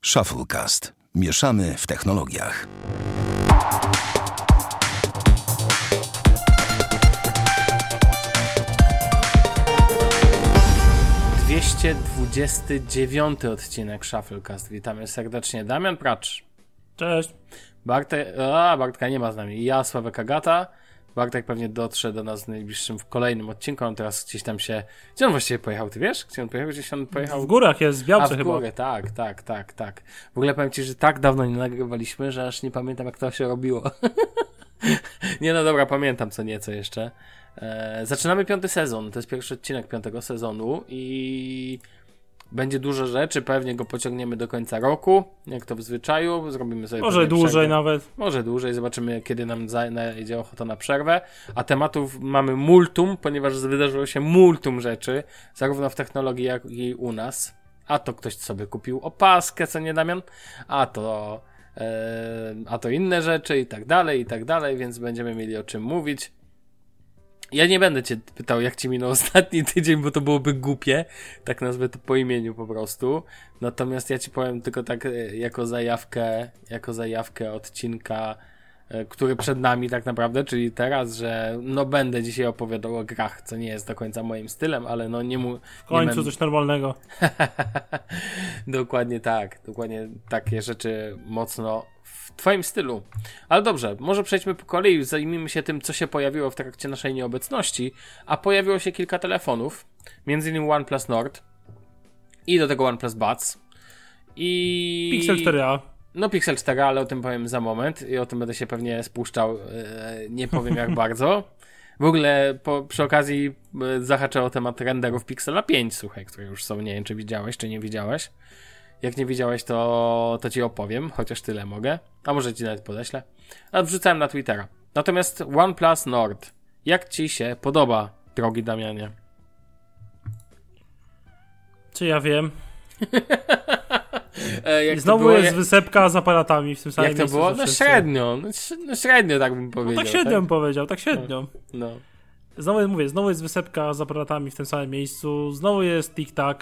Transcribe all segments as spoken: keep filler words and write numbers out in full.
Shufflecast. Mieszamy w technologiach. dwieście dwudziesty dziewiąty odcinek Shufflecast. Witamy serdecznie. Damian Pracz. Cześć. Bartek, a Bartka nie ma z nami. Ja, Sławek Agata. Bartek pewnie dotrze do nas w najbliższym, w kolejnym odcinku. On teraz gdzieś tam się... Gdzie on właściwie pojechał? Ty wiesz? Gdzie on pojechał? Gdzieś on pojechał? W górach jest, w Białce a, w chyba. górę, tak, tak, tak, tak. W ogóle powiem ci, że tak dawno nie nagrywaliśmy, że aż nie pamiętam, jak to się robiło. Nie, no dobra, pamiętam co nieco jeszcze. Eee, zaczynamy piąty sezon. To jest pierwszy odcinek piątego sezonu i... będzie dużo rzeczy, pewnie go pociągniemy do końca roku, jak to w zwyczaju, zrobimy sobie... Może dłużej przerwę. nawet. Może dłużej, zobaczymy kiedy nam zajdzie ochota na przerwę, a tematów mamy multum, ponieważ wydarzyło się multum rzeczy, zarówno w technologii, jak i u nas. A to ktoś sobie kupił opaskę, co nie Damian, a to, e, a to inne rzeczy i tak dalej, i tak dalej, więc będziemy mieli o czym mówić. Ja nie będę cię pytał, jak ci minął ostatni tydzień, bo to byłoby głupie, tak nazwę to po imieniu po prostu. Natomiast ja ci powiem tylko tak jako zajawkę, jako zajawkę odcinka, który przed nami tak naprawdę, czyli teraz, że no będę dzisiaj opowiadał o grach, co nie jest do końca moim stylem, ale no nie mu... W końcu nie coś normalnego. Dokładnie tak, dokładnie takie rzeczy mocno w twoim stylu. Ale dobrze, może przejdźmy po kolei, zajmijmy się tym, co się pojawiło w trakcie naszej nieobecności, a pojawiło się kilka telefonów, między innymi OnePlus Nord i do tego OnePlus Buds i... Pixel cztery a. No Pixel cztery a, ale o tym powiem za moment i o tym będę się pewnie spuszczał, yy, nie powiem jak bardzo. W ogóle po, przy okazji yy, zahaczę o temat renderów Pixela pięć, słuchaj, które już są, nie wiem czy widziałeś, czy nie widziałeś. Jak nie widziałeś, to, to ci opowiem, chociaż tyle mogę. A może ci nawet podeślę. A wrzucałem na Twittera. Natomiast OnePlus Nord, jak ci się podoba, drogi Damianie? Czy ja wiem? e, jak Znowu było, jest jak, wysypka z aparatami w tym samym Jak to miejscu. było? No średnio, no, no średnio tak bym powiedział. No tak średnio tak? bym powiedział, tak średnio. No. no. Znowu mówię, znowu jest wysypka z aparatami w tym samym miejscu. Znowu jest tik-tak.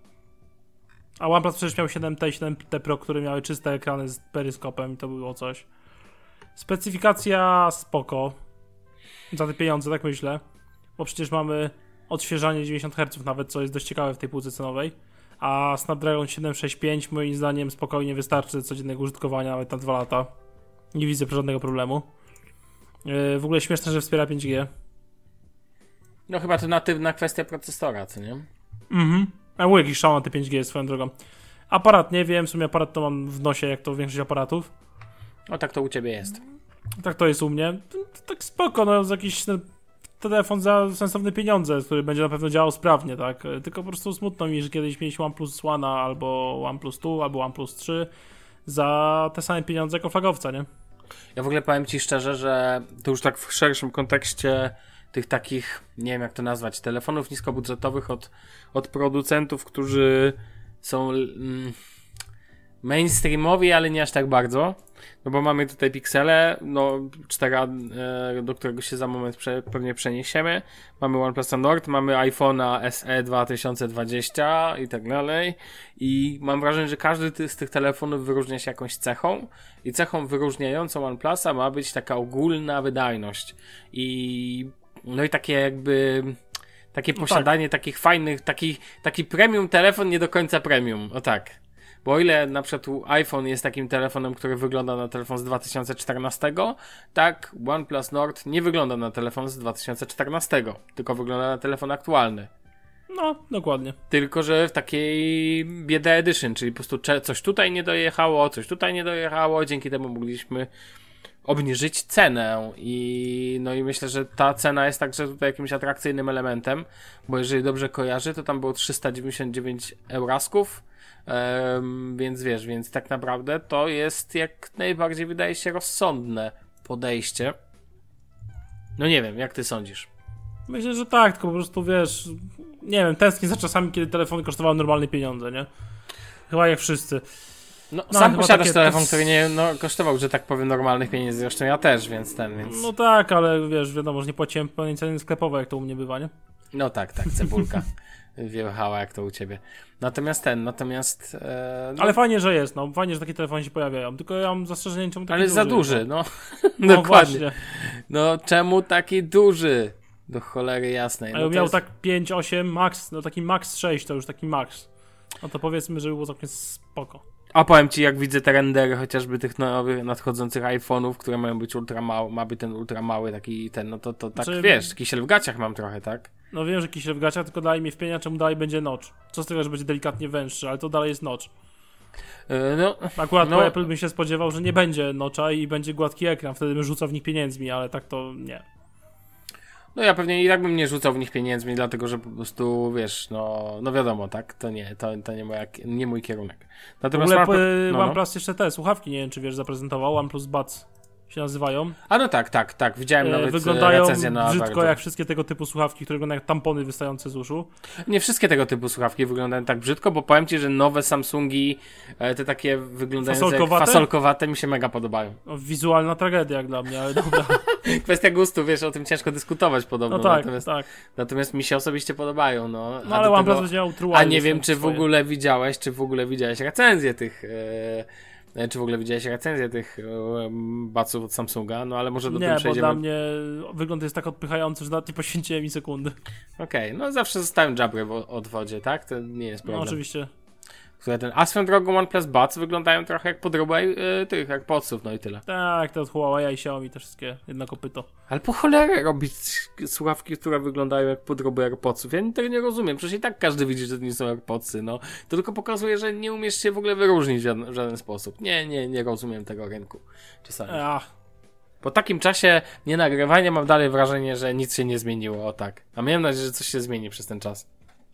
A OnePlus przecież miał siedem T i siedem T Pro, które miały czyste ekrany z peryskopem i to było coś. Specyfikacja spoko. Za te pieniądze, tak myślę. Bo przecież mamy odświeżanie dziewięćdziesiąt herców nawet, co jest dość ciekawe w tej półce cenowej. A Snapdragon siedem sześć pięć moim zdaniem spokojnie wystarczy do codziennego użytkowania nawet na dwa lata. Nie widzę żadnego problemu. Yy, w ogóle śmieszne, że wspiera pięć G. No chyba to natywna kwestia procesora, co nie? Mhm. A był jakiś szał na te pięć G swoją drogą. Aparat nie wiem, w sumie aparat to mam w nosie, jak to większość aparatów. No tak to u ciebie jest. Tak to jest u mnie. To, to tak spoko, no jakiś no, telefon za sensowne pieniądze, który będzie na pewno działał sprawnie, tak? Tylko po prostu smutno mi, że kiedyś mieliśmy OnePlus One albo OnePlus dwa albo OnePlus trzy za te same pieniądze jako flagowca, nie? Ja w ogóle powiem ci szczerze, że to już tak w szerszym kontekście tych takich, nie wiem jak to nazwać, telefonów niskobudżetowych od, od producentów, którzy są mm, mainstreamowi, ale nie aż tak bardzo. No bo mamy tutaj Pixele, no cztery a, e, do którego się za moment prze, pewnie przeniesiemy. Mamy OnePlusa Nord, mamy iPhone'a S E dwa tysiące dwadzieścia i tak dalej. I mam wrażenie, że każdy z tych telefonów wyróżnia się jakąś cechą. I cechą wyróżniającą OnePlusa ma być taka ogólna wydajność. I no i takie jakby... Takie posiadanie no tak. takich fajnych, taki, taki premium telefon, nie do końca premium. O tak. Bo o ile na przykład iPhone jest takim telefonem, który wygląda na telefon z dwa tysiące czternastego, tak OnePlus Nord nie wygląda na telefon z dwa tysiące czternastego, tylko wygląda na telefon aktualny. No, dokładnie. Tylko że w takiej bieda edition, czyli po prostu coś tutaj nie dojechało, coś tutaj nie dojechało, dzięki temu mogliśmy obniżyć cenę i no i myślę, że ta cena jest także tutaj jakimś atrakcyjnym elementem, bo jeżeli dobrze kojarzę, to tam było trzysta dziewięćdziesiąt dziewięć eurasków, um, więc wiesz, więc tak naprawdę to jest jak najbardziej wydaje się rozsądne podejście. No nie wiem, jak ty sądzisz? Myślę, że tak, tylko po prostu wiesz, nie wiem, tęsknię za czasami, kiedy telefony kosztowały normalne pieniądze, nie? Chyba jak wszyscy. No, no sam posiadasz takie, telefon, to... który nie no, kosztował, że tak powiem, normalnych pieniędzy, zresztą ja też, więc ten, więc... No tak, ale wiesz, wiadomo, że nie płaciłem pełnej ceny sklepowej, jak to u mnie bywa, nie? No tak, tak, cebulka. wjechała jak to u ciebie. Natomiast ten, natomiast... E, no, ale fajnie, że jest, no. Fajnie, że takie telefony się pojawiają. Tylko ja mam zastrzeżenie, czemu taki ale duży. za duży, no. No Dokładnie. właśnie. No czemu taki duży? Do cholery jasnej. A No ja to miał jest... tak pięć, osiem, max, no taki max sześć to już taki max. No to powiedzmy, że było całkiem spoko. A powiem ci, jak widzę te rendery chociażby tych nowych, nadchodzących iPhone'ów, które mają być ultra mały, ma być ten ultra mały taki ten, no to, to tak Znaczy, wiesz, kisiel w gaciach mam trochę, tak? No wiem, że kisiel w gaciach, tylko dalej mnie wpienia, czemu dalej będzie notch. Co z tego, że będzie delikatnie węższy, ale to dalej jest notch. Yy, no, Akurat no, po Apple bym się spodziewał, że nie będzie notcha i będzie gładki ekran, wtedy bym rzucał w nich pieniędzmi, ale tak to nie. no ja pewnie i tak bym nie rzucał w nich pieniędzmi, dlatego że po prostu, wiesz, no, no wiadomo, tak? To nie, to, to nie, moja, nie mój kierunek. W Natomiast ogóle mam- p- no, no. OnePlus jeszcze te słuchawki, nie wiem czy wiesz, zaprezentował, OnePlus Buds się nazywają. A no tak, tak, tak, widziałem E, nawet wyglądają recenzję na brzydko bardzo. jak wszystkie tego typu słuchawki, które wyglądają jak tampony wystające z uszu. Nie wszystkie tego typu słuchawki wyglądają tak brzydko, bo powiem ci, że nowe Samsungi, e, te takie wyglądające Fasolkowate? jak fasolkowate mi się mega podobają. No, wizualna tragedia jak dla mnie, ale dobra. Kwestia gustu, wiesz, o tym ciężko dyskutować podobno. No tak, natomiast, tak. natomiast mi się osobiście podobają, no. No A ale do OnePlus tego- będzie miał true A nie wireless wiem, tam czy w swoje. ogóle widziałeś, czy w ogóle widziałeś recenzję tych, e, czy w ogóle widziałeś recenzję tych e, baców od Samsunga, no ale może do Nie, tym bo przejdziemy. dla mnie wygląd jest tak odpychający, że nawet nie poświęciłem mi sekundy. Okej, no zawsze zostałem jabry w odwodzie, tak? To nie jest No problem. oczywiście. Które ten, a swoją drogą OnePlus Buds wyglądają trochę jak podróba e, tych, jak podsów, no i tyle. Tak, te od Huawei i Xiaomi te wszystkie, jedno kopyto. Ale po cholerę robić słuchawki, które wyglądają jak podróby AirPodsów. Ja tego nie rozumiem. Przecież i tak każdy widzi, że to nie są AirPodsy. No. To tylko pokazuje, że nie umiesz się w ogóle wyróżnić w żaden, w żaden sposób. Nie, nie, nie rozumiem tego rynku. Czasami. Ach, Po takim czasie nienagrywania mam dalej wrażenie, że nic się nie zmieniło. O tak. A miałem nadzieję, że coś się zmieni przez ten czas.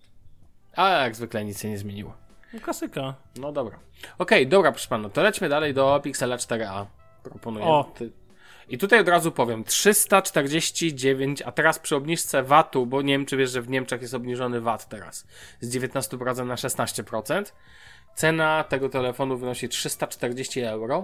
A jak zwykle nic się nie zmieniło. no klasyka. No dobra. Okej, dobra, proszę pana. To lećmy dalej do Pixela cztery a. Proponuję. O. Ty... I tutaj od razu powiem, trzysta czterdzieści dziewięć, a teraz przy obniżce V A T-u, bo nie wiem, czy wiesz, że w Niemczech jest obniżony V A T teraz, z dziewiętnaście procent na szesnaście procent. Cena tego telefonu wynosi trzysta czterdzieści euro.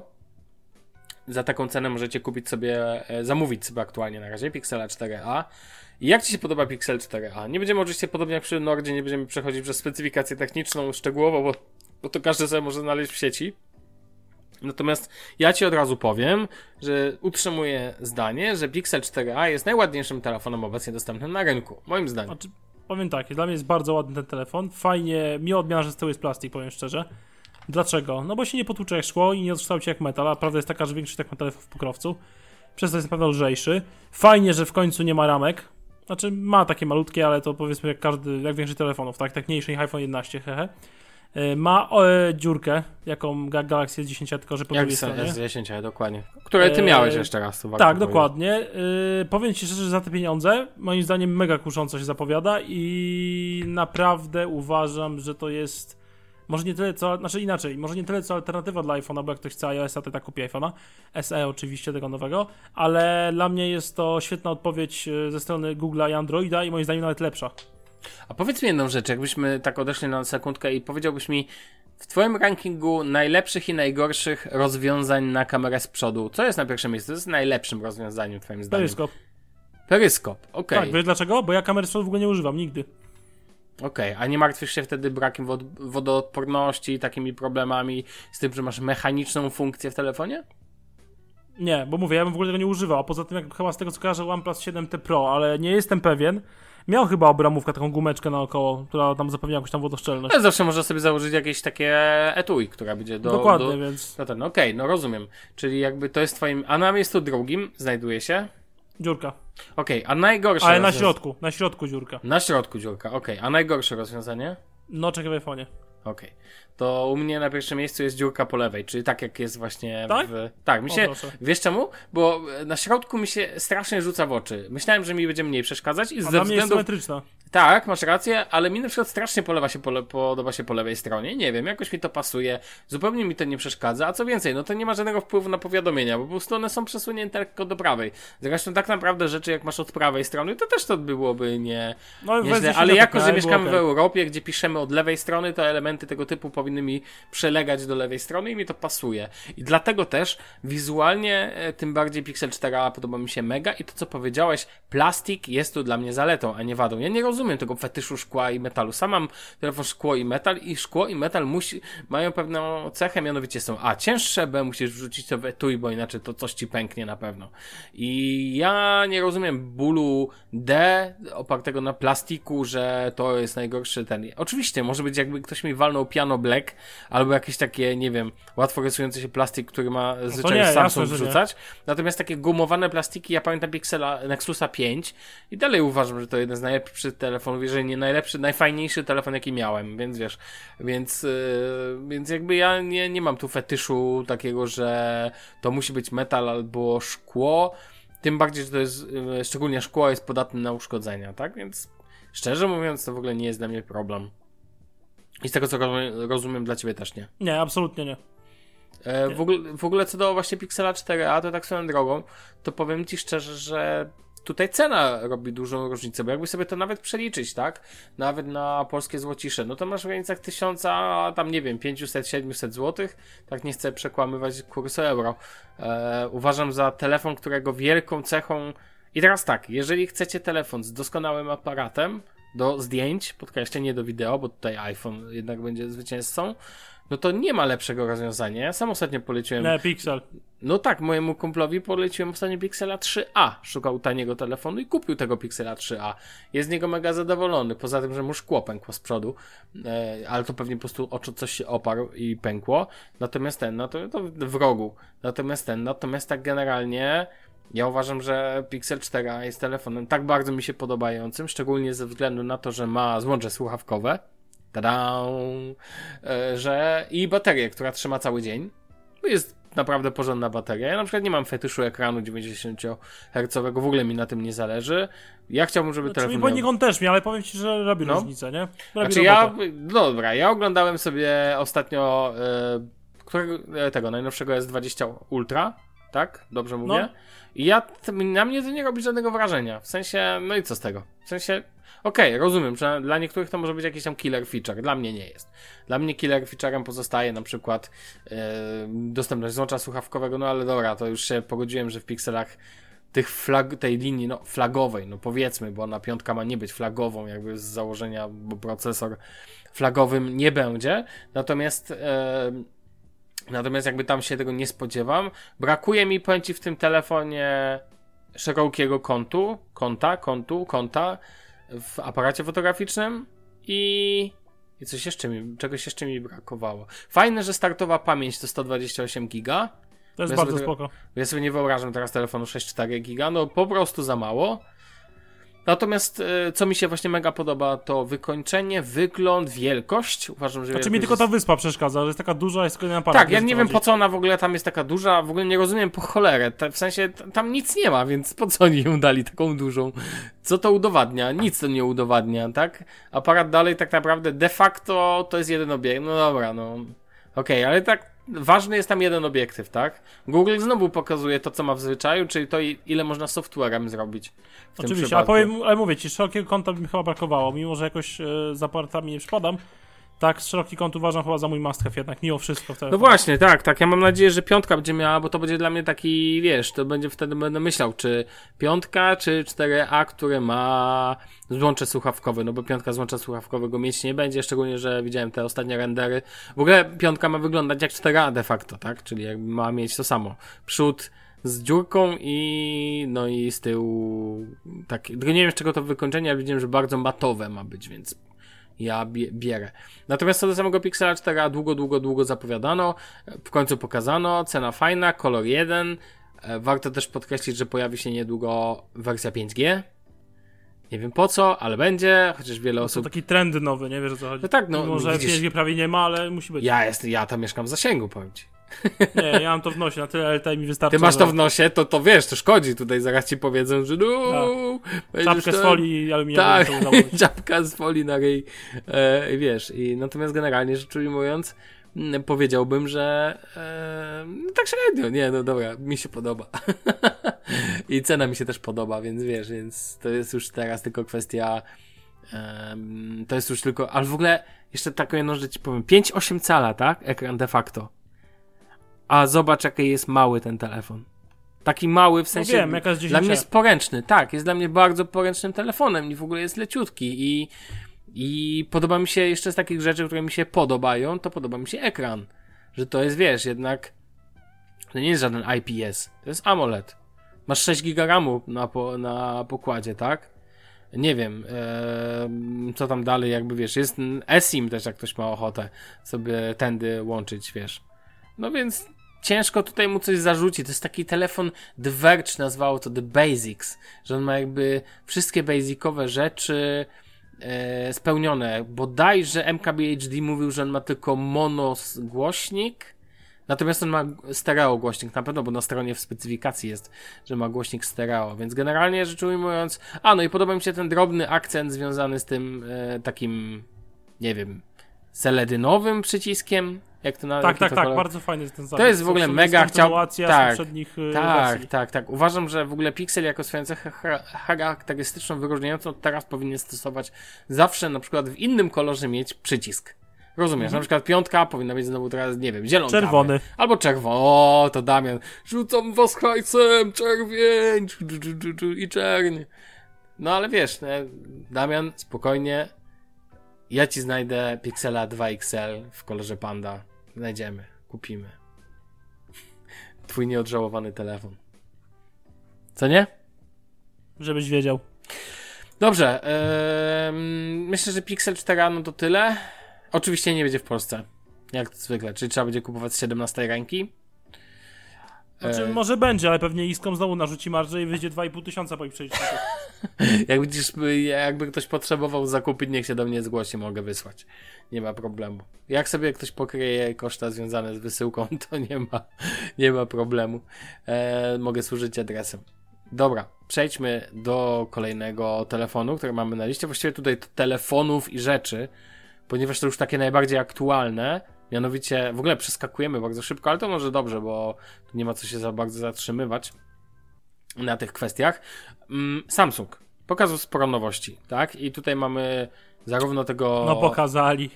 Za taką cenę możecie kupić sobie, e, zamówić sobie aktualnie na razie Pixela cztery a. I jak ci się podoba Pixel cztery a? Nie będziemy oczywiście podobnie jak przy Nordzie, nie będziemy przechodzić przez specyfikację techniczną szczegółowo, bo, bo to każdy sobie może znaleźć w sieci. Natomiast ja ci od razu powiem, że utrzymuję zdanie, że Pixel cztery a jest najładniejszym telefonem obecnie dostępnym na rynku. Moim zdaniem. Znaczy, powiem tak, dla mnie jest bardzo ładny ten telefon. Fajnie, mi odmiana, że z tyłu jest plastik, powiem szczerze. Dlaczego? No bo się nie potłucze jak szkło i nie odkształci jak metal, a prawda jest taka, że większość tak ma telefon w pokrowcu. Przez to jest na pewno lżejszy. Fajnie, że w końcu nie ma ramek. Znaczy ma takie malutkie, ale to powiedzmy jak każdy, jak większość telefonów, tak? Tak mniejszy niż iPhone jedenaście, hehe. Yy, Ma e, dziurkę, jaką Ga- Galaxy S dziesięć, tylko że po Jak drugiej są stronie. S dziesięć, dokładnie. Które ty Eee, miałeś jeszcze raz. To warto Tak, powiedzieć. dokładnie. Yy, powiem ci szczerze, że za te pieniądze moim zdaniem mega kusząco się zapowiada i naprawdę uważam, że to jest może nie tyle co, znaczy inaczej, może nie tyle co alternatywa dla iPhone'a, bo jak ktoś chce iOS-a, to tak kupi iPhone'a, S E oczywiście tego nowego, ale dla mnie jest to świetna odpowiedź yy, ze strony Google'a i Androida i moim zdaniem nawet lepsza. A powiedz mi jedną rzecz, jakbyśmy tak odeszli na sekundkę i powiedziałbyś mi w twoim rankingu najlepszych i najgorszych rozwiązań na kamerę z przodu, co jest na pierwszym miejscu? Co jest najlepszym rozwiązaniem twoim zdaniem? Peryskop. Peryskop, okej. Tak, wiesz dlaczego? Bo ja kamery z przodu w ogóle nie używam, nigdy. Okej, a nie martwisz się wtedy brakiem wod- wodoodporności i takimi problemami z tym, że masz mechaniczną funkcję w telefonie? Nie, bo mówię, ja bym w ogóle tego nie używał, a poza tym jak chyba z tego co kojarzę OnePlus siedem T Pro, ale nie jestem pewien. Miał chyba obramówkę, taką gumeczkę naokoło, która tam zapewnia jakąś tam wodoszczelność. Ale zawsze można sobie założyć jakieś takie etui, która będzie do... Dokładnie, do... więc No ten, okej, no rozumiem. Czyli jakby to jest twoim... A na miejscu drugim znajduje się... dziurka. Okej, a najgorsze... Ale na rozwiąza- środku, na środku dziurka. Na środku dziurka, okej. A najgorsze rozwiązanie? No, czekaj w iPhone'ie. Okej. To u mnie na pierwszym miejscu jest dziurka po lewej, czyli tak jak jest właśnie Tak? w... Tak, mi O, się... proszę. Wiesz czemu? Bo na środku mi się strasznie rzuca w oczy. Myślałem, że mi będzie mniej przeszkadzać i A ze dla mnie jest względów... symetryczna. Tak, masz rację, ale mi na przykład strasznie polewa się pole, podoba się po lewej stronie. Nie wiem, jakoś mi to pasuje, zupełnie mi to nie przeszkadza, a co więcej, no to nie ma żadnego wpływu na powiadomienia, bo po prostu one są przesunięte lekko do prawej. Zresztą tak naprawdę rzeczy jak masz od prawej strony, to też to byłoby nie, No, nie weź źle, się ale na jako, P K, że było mieszkamy okej. w Europie, gdzie piszemy od lewej strony, to elementy tego typu powinny mi przelegać do lewej strony i mi to pasuje. I dlatego też wizualnie, e, tym bardziej Pixel cztery a podoba mi się mega i to co powiedziałeś, plastik jest tu dla mnie zaletą, a nie wadą. Ja nie rozumiem rozumiem tego fetyszu szkła i metalu. Sam mam telefon szkło i metal i szkło i metal musi, mają pewną cechę, mianowicie są a, cięższe, b, musisz wrzucić to w etui, bo inaczej to coś ci pęknie na pewno. I ja nie rozumiem bólu D opartego na plastiku, że to jest najgorszy ten. Oczywiście, może być jakby ktoś mi walnął piano black, albo jakieś takie, nie wiem, łatwo rysujący się plastik, który ma no zwyczaj nie, Samsung jasne, wrzucać. Natomiast takie gumowane plastiki, ja pamiętam Pixela Nexusa pięć i dalej uważam, że to jeden z najlepszych telefonów, jeżeli nie najlepszy, najfajniejszy telefon, jaki miałem, więc wiesz, więc, yy, więc jakby ja nie, nie mam tu fetyszu takiego, że to musi być metal albo szkło, tym bardziej, że to jest, yy, szczególnie szkło jest podatne na uszkodzenia, tak? Więc szczerze mówiąc, to w ogóle nie jest dla mnie problem. I z tego, co rozumiem, dla ciebie też nie. Nie, absolutnie nie. E, w, ogóle, w ogóle co do właśnie Pixela cztery a, to tak swoją drogą, to powiem ci szczerze, że tutaj cena robi dużą różnicę, bo jakby sobie to nawet przeliczyć, tak? Nawet na polskie złocisze, no to masz w granicach tysiąca, a tam nie wiem, pięćset siedemset złotych, tak nie chcę przekłamywać kursu euro. E, uważam za telefon, którego wielką cechą, i teraz tak, jeżeli chcecie telefon z doskonałym aparatem do zdjęć, podkreślę, nie do wideo, bo tutaj iPhone jednak będzie zwycięzcą, no to nie ma lepszego rozwiązania. Ja sam ostatnio poleciłem... Nie, Pixel. No tak, mojemu kumplowi poleciłem ostatnio Pixela trzy a. Szukał taniego telefonu i kupił tego Pixela trzy a. Jest z niego mega zadowolony, poza tym, że mu szkło pękło z przodu, e, ale to pewnie po prostu o coś się oparł i pękło. Natomiast ten, no to, to w rogu. Natomiast ten, natomiast tak generalnie... Ja uważam, że Pixel cztery a jest telefonem tak bardzo mi się podobającym, szczególnie ze względu na to, że ma złącze słuchawkowe, tada, że i baterię, która trzyma cały dzień. Jest naprawdę porządna bateria. Ja na przykład nie mam fetyszu ekranu dziewięćdziesięciohercowego, w ogóle mi na tym nie zależy. Ja chciałbym, żeby znaczy, telefon... Bo niech on też mi, ale powiem ci, że robi no. różnicę, nie? Robi znaczy ja, no dobra, ja oglądałem sobie ostatnio e, którego, e, tego najnowszego S dwadzieścia Ultra, tak? Dobrze mówię? No. I ja, na mnie to nie robi żadnego wrażenia. W sensie, no i co z tego? W sensie, okej, okay, rozumiem, że dla niektórych to może być jakiś tam killer feature. Dla mnie nie jest. Dla mnie killer featurem pozostaje na przykład yy, dostępność złącza słuchawkowego, no ale dobra, to już się pogodziłem, że w pikselach tych flag, tej linii, no flagowej, no powiedzmy, bo ona piątka ma nie być flagową, jakby z założenia, bo procesor flagowym nie będzie. Natomiast yy, Natomiast jakby tam się tego nie spodziewam. Brakuje mi, powiem ci, w tym telefonie szerokiego kątu, kąta, kątu, kąta w aparacie fotograficznym i, i coś jeszcze mi, czegoś jeszcze mi brakowało. Fajne, że startowa pamięć to sto dwadzieścia osiem giga. To jest ja bardzo sobie, spoko. Ja sobie nie wyobrażam teraz telefonu sześć przecinek cztery giga, no po prostu za mało. Natomiast co mi się właśnie mega podoba, to wykończenie, wygląd, wielkość. Uważam, że znaczy mi tylko jest... ta wyspa przeszkadza, że jest taka duża, jest kolejny aparat. Tak, ja nie wiem po co ona w ogóle tam jest taka duża, w ogóle nie rozumiem po cholerę. W sensie tam nic nie ma, więc po co oni ją dali taką dużą? Co to udowadnia? Nic to nie udowadnia, tak? Aparat dalej tak naprawdę de facto to jest jeden obiekt. No dobra, no okej, okay, ale tak ważny jest tam jeden obiektyw, tak? Google znowu pokazuje to, co ma w zwyczaju, czyli to, ile można softwarem zrobić. W Oczywiście, a powiem, ale mówię ci, szerokiego kąta by mi chyba brakowało, mimo że jakoś e, z aparatami nie przypadam. Tak, szeroki kąt uważam chyba za mój must have jednak, mimo wszystko. W no właśnie, tak, tak. Ja mam nadzieję, że piątka będzie miała, bo to będzie dla mnie taki, wiesz, to będzie wtedy będę myślał, czy piątka, czy cztery a, które ma złącze słuchawkowe, no bo piątka złącza słuchawkowego mieć nie będzie, szczególnie, że widziałem te ostatnie rendery. W ogóle piątka ma wyglądać jak cztery a de facto, tak? Czyli jakby ma mieć to samo. Przód z dziurką i no i z tyłu tak, nie wiem z czego to wykończenie, ale widziałem, że bardzo matowe ma być, więc ja bie- bierę. Natomiast co do samego Pixela cztery a długo, długo, długo zapowiadano, w końcu pokazano, cena fajna, kolor jeden, warto też podkreślić, że pojawi się niedługo wersja pięć G. Nie wiem po co, ale będzie, chociaż wiele osób... To taki trend nowy, nie wiesz o co chodzi. No tak, no mimo, że widzisz... pięć G prawie nie ma, ale musi być. Ja, jest, ja tam mieszkam w zasięgu, powiem ci. Nie, ja mam to w nosie, na tyle L T E mi wystarczy. Ty masz to w nosie, to, to wiesz, to szkodzi. Tutaj zaraz ci powiedzą, że no... Tak. Czapkę to... z folii aluminiowej. Tak, czapka z folii na ryj. E, wiesz, i natomiast generalnie rzecz ujmując, m, powiedziałbym, że e, no tak średnio, nie, no dobra, mi się podoba. I cena mi się też podoba, więc wiesz, więc to jest już teraz tylko kwestia e, to jest już tylko, ale w ogóle jeszcze taką jedną rzecz ci powiem, pięć przecinek osiem cala, tak? Ekran de facto. A zobacz, jaki jest mały ten telefon. Taki mały, w sensie, no wiem, jaka jest dla mnie jest poręczny, tak, jest dla mnie bardzo poręcznym telefonem i w ogóle jest leciutki i, i podoba mi się jeszcze z takich rzeczy, które mi się podobają, to podoba mi się ekran, że to jest, wiesz, jednak to nie jest żaden I P S, to jest AMOLED. Masz sześć giga ramu na, po, na pokładzie, tak? Nie wiem, ee, co tam dalej, jakby wiesz, jest eSIM też, jak ktoś ma ochotę sobie tędy łączyć, wiesz. No więc ciężko tutaj mu coś zarzucić. To jest taki telefon, The Verge nazwało to The Basics, że on ma jakby wszystkie basicowe rzeczy e, spełnione. Bodajże M K B H D mówił, że on ma tylko monogłośnik, natomiast on ma stereo głośnik na pewno, bo na stronie w specyfikacji jest, że ma głośnik stereo, więc generalnie rzecz ujmując, a no i podoba mi się ten drobny akcent związany z tym e, takim, nie wiem, seledynowym przyciskiem, jak to na Tak, tak, to tak, kolor... bardzo fajny jest ten zapis. To jest w ogóle mega, chciał... Tak, tak, wersji. tak, tak. Uważam, że w ogóle Pixel jako swoją cechę charakterystyczną, wyróżniającą teraz powinien stosować zawsze na przykład w innym kolorze mieć przycisk. Rozumiesz, mhm. Na przykład piątka powinna być znowu teraz, nie wiem, zielony. Czerwony. Albo czerwony. O, to Damian. Rzucam was hajcem, czerwień i czerń. No ale wiesz, nie? Damian, spokojnie. Ja ci znajdę Pixela dwa X L w kolorze panda. Znajdziemy, kupimy. Twój nieodżałowany telefon. Co nie? Żebyś wiedział. Dobrze. Yy, myślę, że Pixel cztery a no to tyle. Oczywiście nie będzie w Polsce. Jak zwykle. Czyli trzeba będzie kupować z siedemnastej ręki. Znaczy, e... może będzie, ale pewnie Iskom znowu narzuci marżę i wyjdzie dwa i pół tysiąca po ich przejściu. Jak widzisz, jakby ktoś potrzebował zakupić, niech się do mnie zgłosi, mogę wysłać. Nie ma problemu. Jak sobie ktoś pokryje koszta związane z wysyłką, to nie ma, nie ma problemu. E, mogę służyć adresem. Dobra, przejdźmy do kolejnego telefonu, który mamy na liście. Właściwie tutaj telefonów i rzeczy, ponieważ to już takie najbardziej aktualne. Mianowicie, w ogóle przeskakujemy bardzo szybko, ale to może dobrze, bo tu nie ma co się za bardzo zatrzymywać na tych kwestiach. Samsung pokazał sporo nowości, tak? I tutaj mamy zarówno tego... No pokazali.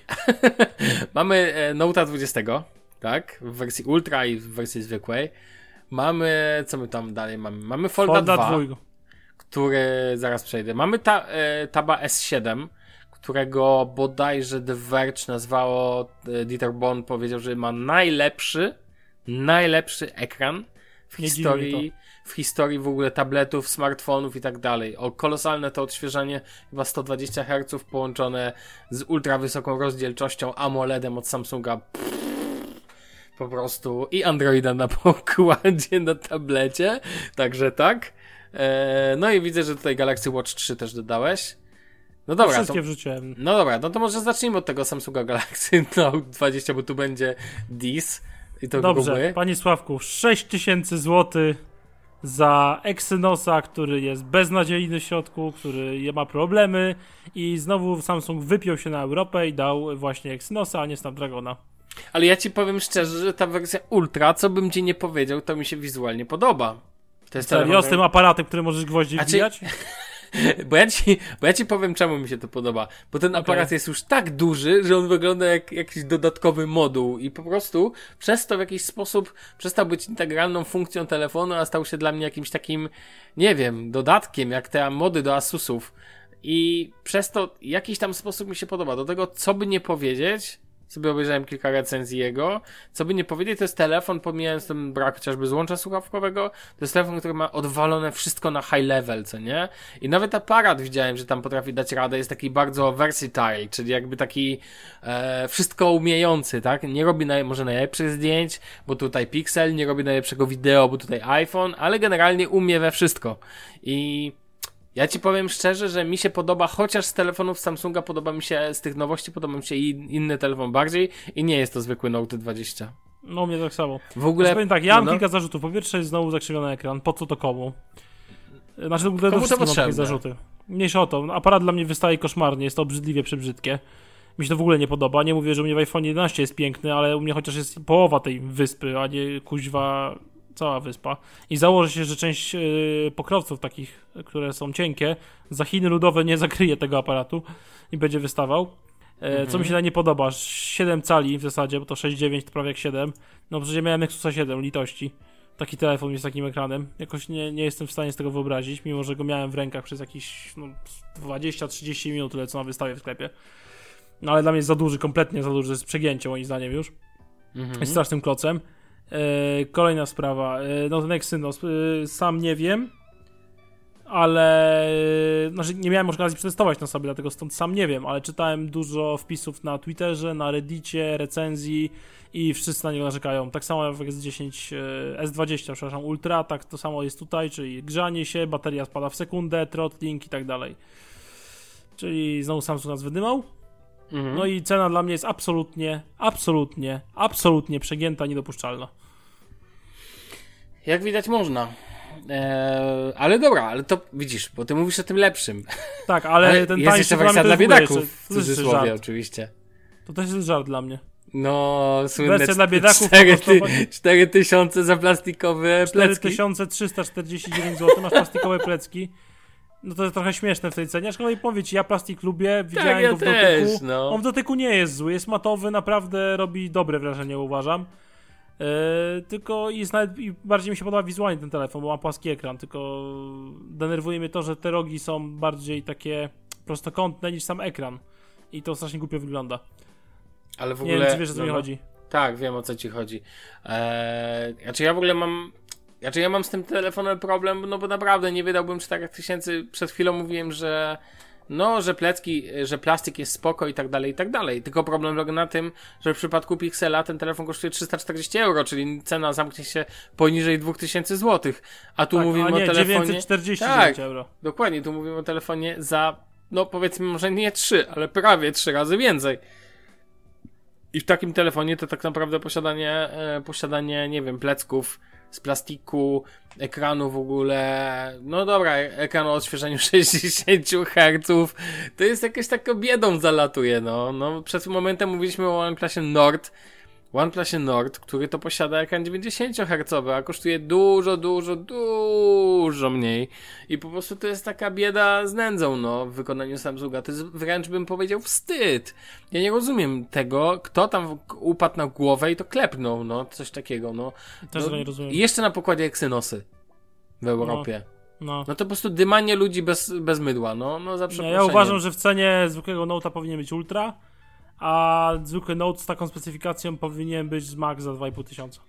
Mamy Note'a dwudziestego, tak? W wersji Ultra i w wersji zwykłej. Mamy... Co my tam dalej mamy? Mamy Folda, Folda dwa, dwójko. Który... Zaraz przejdę. Mamy ta, e, Taba S siedem, którego bodajże The Verge nazwało, Dieter Bohn powiedział, że ma najlepszy, najlepszy ekran w Nie historii, w historii w ogóle tabletów, smartfonów i tak dalej. O kolosalne to odświeżanie, chyba sto dwadzieścia herców połączone z ultra wysoką rozdzielczością AMOLEDem od Samsunga. Pff, po prostu i Androida na pokładzie, na tablecie, także tak. Eee, no i widzę, że tutaj Galaxy Watch trzy też dodałeś. No dobra, wszystkie to, wrzuciłem. No dobra, no to może zacznijmy od tego Samsunga Galaxy Note dwadzieścia, bo tu będzie dis i to Dobrze, gruby. Panie Sławku, sześć tysięcy złotych za Exynosa, który jest beznadziejny w środku, który ma problemy i znowu Samsung wypiął się na Europę i dał właśnie Exynosa, a nie Snapdragona. Ale ja ci powiem szczerze, że ta wersja Ultra, co bym ci nie powiedział, to mi się wizualnie podoba. To jest serio? Z tym aparatem, który możesz gwoździ wbijać? Czy... Bo ja, ci, bo ja ci powiem, czemu mi się to podoba. Bo ten okay. aparat jest już tak duży, że on wygląda jak jakiś dodatkowy moduł i po prostu przez to w jakiś sposób przestał być integralną funkcją telefonu, a stał się dla mnie jakimś takim, nie wiem, dodatkiem, jak te mody do Asusów. I przez to w jakiś tam sposób mi się podoba. Do tego, co by nie powiedzieć, sobie obejrzałem kilka recenzji jego, co by nie powiedzieć, to jest telefon, pomijając ten brak chociażby złącza słuchawkowego, to jest telefon, który ma odwalone wszystko na high level, co nie? I nawet aparat widziałem, że tam potrafi dać radę, jest taki bardzo versatile, czyli jakby taki e, wszystko umiejący, tak? Nie robi naj, może najlepszych zdjęć, bo tutaj Pixel, nie robi najlepszego wideo, bo tutaj iPhone, ale generalnie umie we wszystko. I ja ci powiem szczerze, że mi się podoba, chociaż z telefonów Samsunga podoba mi się, z tych nowości podoba mi się i inny telefon bardziej i nie jest to zwykły Note dwadzieścia. No mnie tak samo. W ogóle... Znaczy, powiem tak, ja mam no, kilka zarzutów. Po pierwsze jest znowu zakrzywiony ekran, po co to komu? Znaczy do, do komu to mam takie zarzuty. Mniejsza o to, aparat dla mnie wystaje koszmarnie, jest to obrzydliwie przebrzydkie. Mi się to w ogóle nie podoba, nie mówię, że u mnie w iPhone jedenaście jest piękny, ale u mnie chociaż jest połowa tej wyspy, a nie kuźwa cała wyspa. I założę się, że część yy, pokrowców takich, które są cienkie, za Chiny ludowe nie zakryje tego aparatu i będzie wystawał. E, mhm. Co mi się nie podoba, siedem cali w zasadzie, bo to sześć dziewięć to prawie jak siedem. No przecież miałem Nexusa siedem, litości. taki telefon z takim ekranem. Jakoś nie, nie jestem w stanie z tego wyobrazić, mimo że go miałem w rękach przez jakieś no, dwadzieścia trzydzieści minut, tyle co na wystawie w sklepie. No ale dla mnie jest za duży, kompletnie za duży, to jest przegięcie moim zdaniem już. Mhm. Jest strasznym klocem. E, kolejna sprawa, e, no ten Exynos, e, sam nie wiem, ale znaczy nie miałem okazji przetestować na sobie, dlatego stąd sam nie wiem, ale czytałem dużo wpisów na Twitterze, na Reddicie, recenzji i wszyscy na niego narzekają. Tak samo jak w S dziesięć, S dwadzieścia, przepraszam, Ultra, tak to samo jest tutaj, czyli grzanie się, bateria spada w sekundę, throttling i tak dalej. Czyli znowu Samsung nas wydymał. Mhm. No i cena dla mnie jest absolutnie, absolutnie, absolutnie przegięta, niedopuszczalna. Jak widać można. Eee, ale dobra, ale to widzisz, bo ty mówisz o tym lepszym. Tak, ale, ale ten jest jeszcze wersja dla biedaków, w cudzysłowie oczywiście. To też jest żart dla mnie. No, słynne wersja dla biedaków cztery tysiące za plastikowe plecki. cztery tysiące trzysta czterdzieści dziewięć złotych, masz plastikowe plecki. No to jest trochę śmieszne w tej cenie, aczkolwiek powiem ci, ja plastik lubię, widziałem tak, ja go w też, dotyku. No. On w dotyku nie jest zły, jest matowy, naprawdę robi dobre wrażenie, uważam. Yy, tylko jest nawet, i bardziej mi się podoba wizualnie ten telefon, bo ma płaski ekran, tylko denerwuje mnie to, że te rogi są bardziej takie prostokątne niż sam ekran. I to strasznie głupio wygląda. Ale w ogóle... Nie wiem, czy wiesz, o co no, mi chodzi. Tak, wiem, o co ci chodzi. Eee, znaczy ja w ogóle mam... Znaczy ja mam z tym telefonem problem, no bo naprawdę nie wydałbym cztery tysiące. Przed chwilą mówiłem, że no, że plecki, że plastik jest spoko i tak dalej, i tak dalej. Tylko problem polega na tym, że w przypadku Pixela ten telefon kosztuje trzysta czterdzieści euro, czyli cena zamknie się poniżej dwa tysiące złotych. A tu tak, mówimy a nie, o telefonie... dziewięćset czterdzieści tak, euro. Dokładnie, tu mówimy o telefonie za, no powiedzmy może nie trzy, ale prawie trzy razy więcej. I w takim telefonie to tak naprawdę posiadanie, e, posiadanie, nie wiem, plecków z plastiku, ekranu w ogóle, no dobra, ekran o odświeżeniu sześćdziesiąt herców, to jest jakaś taka biedą zalatuje, no. No przed momentem mówiliśmy o OnePlusie Nord, OnePlusie Nord, który to posiada ekran dziewięćdziesiąt herców, a kosztuje dużo, dużo, dużo mniej. I po prostu to jest taka bieda z nędzą, no, w wykonaniu Samsunga. To jest wręcz, bym powiedział, wstyd. Ja nie rozumiem tego, kto tam upadł na głowę i to klepnął, no, coś takiego, no. Też no, nie rozumiem. I jeszcze na pokładzie Exynosy w Europie. No. No. no to po prostu dymanie ludzi bez, bez mydła, no, no za przeproszeniem. Ja uważam, że w cenie zwykłego Note'a powinien być Ultra, a zwykły Note z taką specyfikacją powinien być z Max za dwa i pół tysiąca.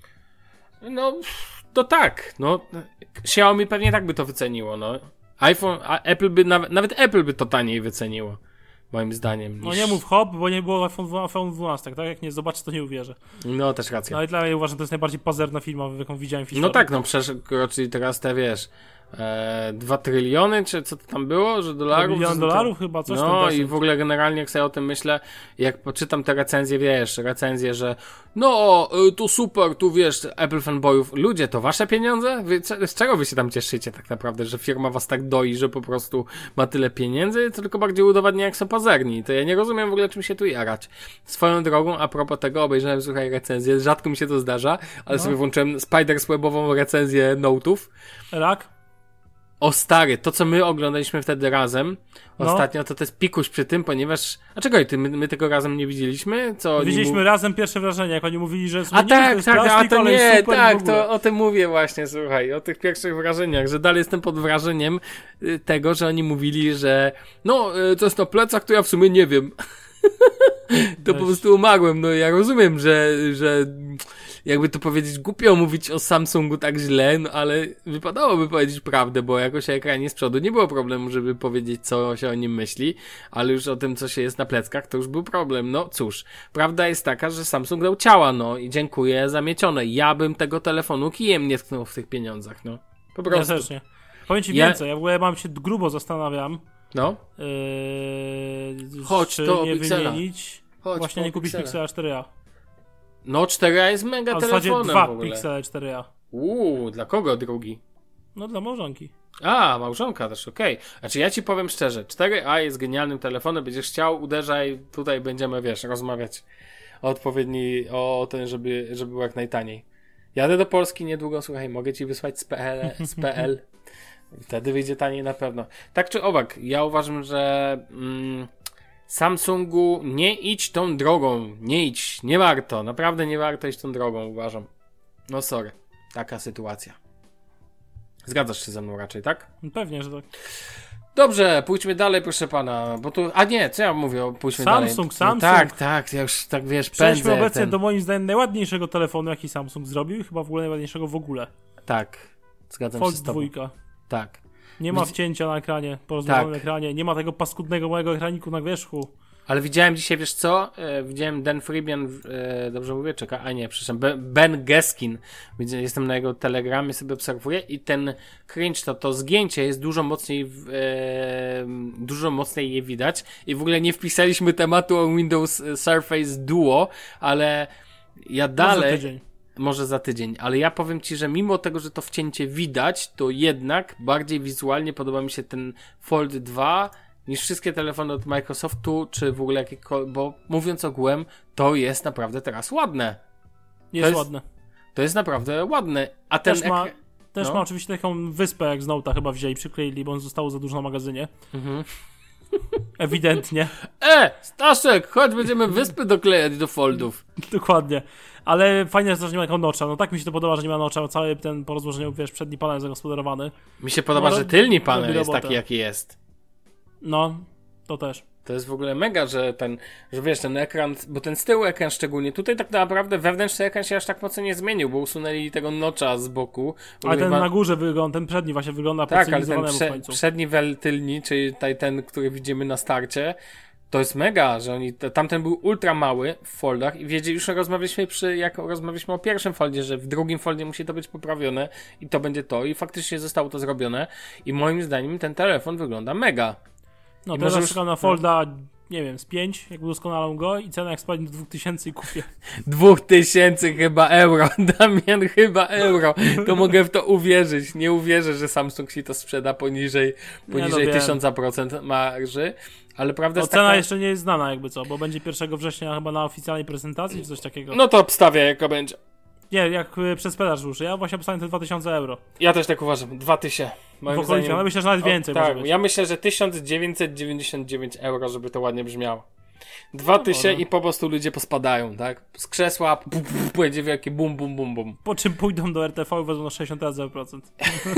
No, to tak, no. Xiaomi pewnie tak by to wyceniło, no. iPhone, a Apple by, nawet, nawet Apple by to taniej wyceniło, moim zdaniem. Niż... No nie mów hop, bo nie było iPhone dwanaście, tak? Jak nie zobaczę, to nie uwierzę. No, też racja. No i dla mnie uważam, że to jest najbardziej pazerna firma, jaką widziałem w historii. No tak, no przekroczyli teraz te, wiesz, e, dwa tryliony, czy co to tam było, że dolarów? Milion dolarów chyba, coś tam. No i w ogóle generalnie jak sobie o tym myślę, jak poczytam te recenzje, wiesz, recenzje, że no, y, to super, tu wiesz, Apple fanboyów, ludzie, to wasze pieniądze? Wy, z czego wy się tam cieszycie tak naprawdę, że firma was tak doi, że po prostu ma tyle pieniędzy? To tylko bardziej udowadnia, jak są pazerni. To ja nie rozumiem w ogóle, czym się tu jarać. Swoją drogą, a propos tego, obejrzałem, słuchaj, recenzję, rzadko mi się to zdarza, ale no. sobie włączyłem Spider-Webową recenzję Note'ów. Tak? O stary, to co my oglądaliśmy wtedy razem no. ostatnio, to to jest pikuś przy tym, ponieważ... A czego ty, my, my tego razem nie widzieliśmy? Co Widzieliśmy mów... razem pierwsze wrażenia, jak oni mówili, że a tak, to jest tak, plastik, a to nie, super tak, to o tym mówię właśnie, słuchaj, o tych pierwszych wrażeniach, że dalej jestem pod wrażeniem tego, że oni mówili, że no, to jest na plecach, to ja w sumie nie wiem. To po prostu umarłem, no ja rozumiem, że, że jakby to powiedzieć, głupio mówić o Samsungu tak źle, no ale wypadałoby powiedzieć prawdę, bo jakoś o ekranie z przodu nie było problemu, żeby powiedzieć, co się o nim myśli, ale już o tym, co się jest na pleckach, to już był problem. No cóż, prawda jest taka, że Samsung dał ciała, no i dziękuję za miecione. Ja bym tego telefonu kijem nie tknął w tych pieniądzach, no. Po prostu. Ja też nie. Powiem ci ja... więcej, ja w ogóle mam się grubo zastanawiam, no. Yy, Chodź, czy to nie Pixela. wymienić. Chodź, właśnie nie kupić Pixela cztery a. No cztery a jest mega a w telefonem dwa w ogóle. Pixele cztery a. Uuu, dla kogo drugi? No dla małżonki. A, małżonka też, okej. Okay. Znaczy ja ci powiem szczerze, cztery a jest genialnym telefonem, będziesz chciał, uderzaj, tutaj będziemy, wiesz, rozmawiać o odpowiedni, o ten, żeby, żeby było jak najtaniej. Jadę do Polski niedługo, słuchaj, mogę ci wysłać z P L, z P L. Wtedy wyjdzie taniej na pewno. Tak czy owak, ja uważam, że mm, Samsungu nie idź tą drogą, nie idź, nie warto, naprawdę nie warto iść tą drogą, uważam. No sorry. Taka sytuacja. Zgadzasz się ze mną raczej, tak? Pewnie, że tak. Dobrze, pójdźmy dalej, proszę pana, bo tu... A nie, co ja mówię, o pójdźmy Samsung, dalej. Samsung, Samsung. No tak, tak, ja już tak, wiesz, Przejdźmy pędzę. obecnie ten... do moim zdaniem najładniejszego telefonu, jaki Samsung zrobił, chyba w ogóle najładniejszego w ogóle. Tak, zgadzam Fold się z tobą. dwa. Tak. Nie ma Widz... wcięcia na ekranie, po rozmawianym tak. ekranie, nie ma tego paskudnego małego ekraniku na wierzchu. Ale widziałem dzisiaj, wiesz co? E, widziałem Dan Fribian, e, dobrze mówię, czeka, a nie, przepraszam, Ben, Ben Geskin. Widzę, jestem na jego telegramie, sobie obserwuję i ten cringe, to, to zgięcie jest dużo mocniej, e, dużo mocniej je widać i w ogóle nie wpisaliśmy tematu o Windows Surface Duo, ale ja dalej... Może za tydzień. Może za tydzień, ale ja powiem ci, że mimo tego, że to wcięcie widać, to jednak bardziej wizualnie podoba mi się ten Fold dwa niż wszystkie telefony od Microsoftu, czy w ogóle jakiekolwiek, bo mówiąc ogółem, to jest naprawdę teraz ładne. Jest, jest ładne. To jest naprawdę ładne. A ten Też ma, ek... też no. ma oczywiście taką wyspę jak z Note'a chyba wzięli, przykleili, bo on zostało za dużo na magazynie. Mhm. Ewidentnie. E, Staszek, chodź, będziemy wyspy doklejać do foldów. Dokładnie. Ale fajnie, że nie ma takiego nocza. No tak mi się to podoba, że nie ma nocza. Cały ten po rozłożeniu, wiesz, przedni panel jest zagospodarowany. Mi się podoba, no, że tylni panel robi jest robotę. taki, jaki jest. No, to też. To jest w ogóle mega, że ten, że wiesz, ten ekran, bo ten z tyłu ekran szczególnie, tutaj tak naprawdę wewnętrzny ekran się aż tak mocno nie zmienił, bo usunęli tego nocza z boku. Ale ten ma... na górze wygląda, ten przedni właśnie wygląda tak, ale ten podsylinizowanemu prze, w końcu. przedni wel tylni, czyli tutaj ten, który widzimy na starcie, to jest mega, że oni, tamten był ultra mały w foldach i wiedzieli, już rozmawialiśmy przy, jak rozmawialiśmy o pierwszym foldzie, że w drugim foldzie musi to być poprawione i to będzie to i faktycznie zostało to zrobione i moim zdaniem ten telefon wygląda mega. No I teraz może już- czekam na Folda, nie wiem, z pięć, jak udoskonalą go i cena jak spadnie do dwóch tysięcy i kupię. Dwóch tysięcy chyba euro, Damian, chyba euro, to mogę w to uwierzyć, nie uwierzę, że Samsung ci to sprzeda poniżej, poniżej no wiem. tysiąca procent marży, ale prawda No jest cena taka... jeszcze nie jest znana jakby co, bo będzie pierwszego września chyba na oficjalnej prezentacji czy coś takiego. No to obstawię, jaka będzie. Nie, jak y, przez sprzedaż ruszy. Ja właśnie obstawiam te dwa tysiące euro. Ja też tak uważam, dwa tysiące. W okolicach, ale myślę, że nawet więcej o, może tak, być. ja myślę, że tysiąc dziewięćset dziewięćdziesiąt dziewięć euro, żeby to ładnie brzmiało. Dwa tysiące i po prostu ludzie pospadają, tak? Z krzesła pu, pu, pu, będzie wielkie bum, bum, bum, bum. Po czym pójdą do R T V i wezmą na sześćdziesiąt procent.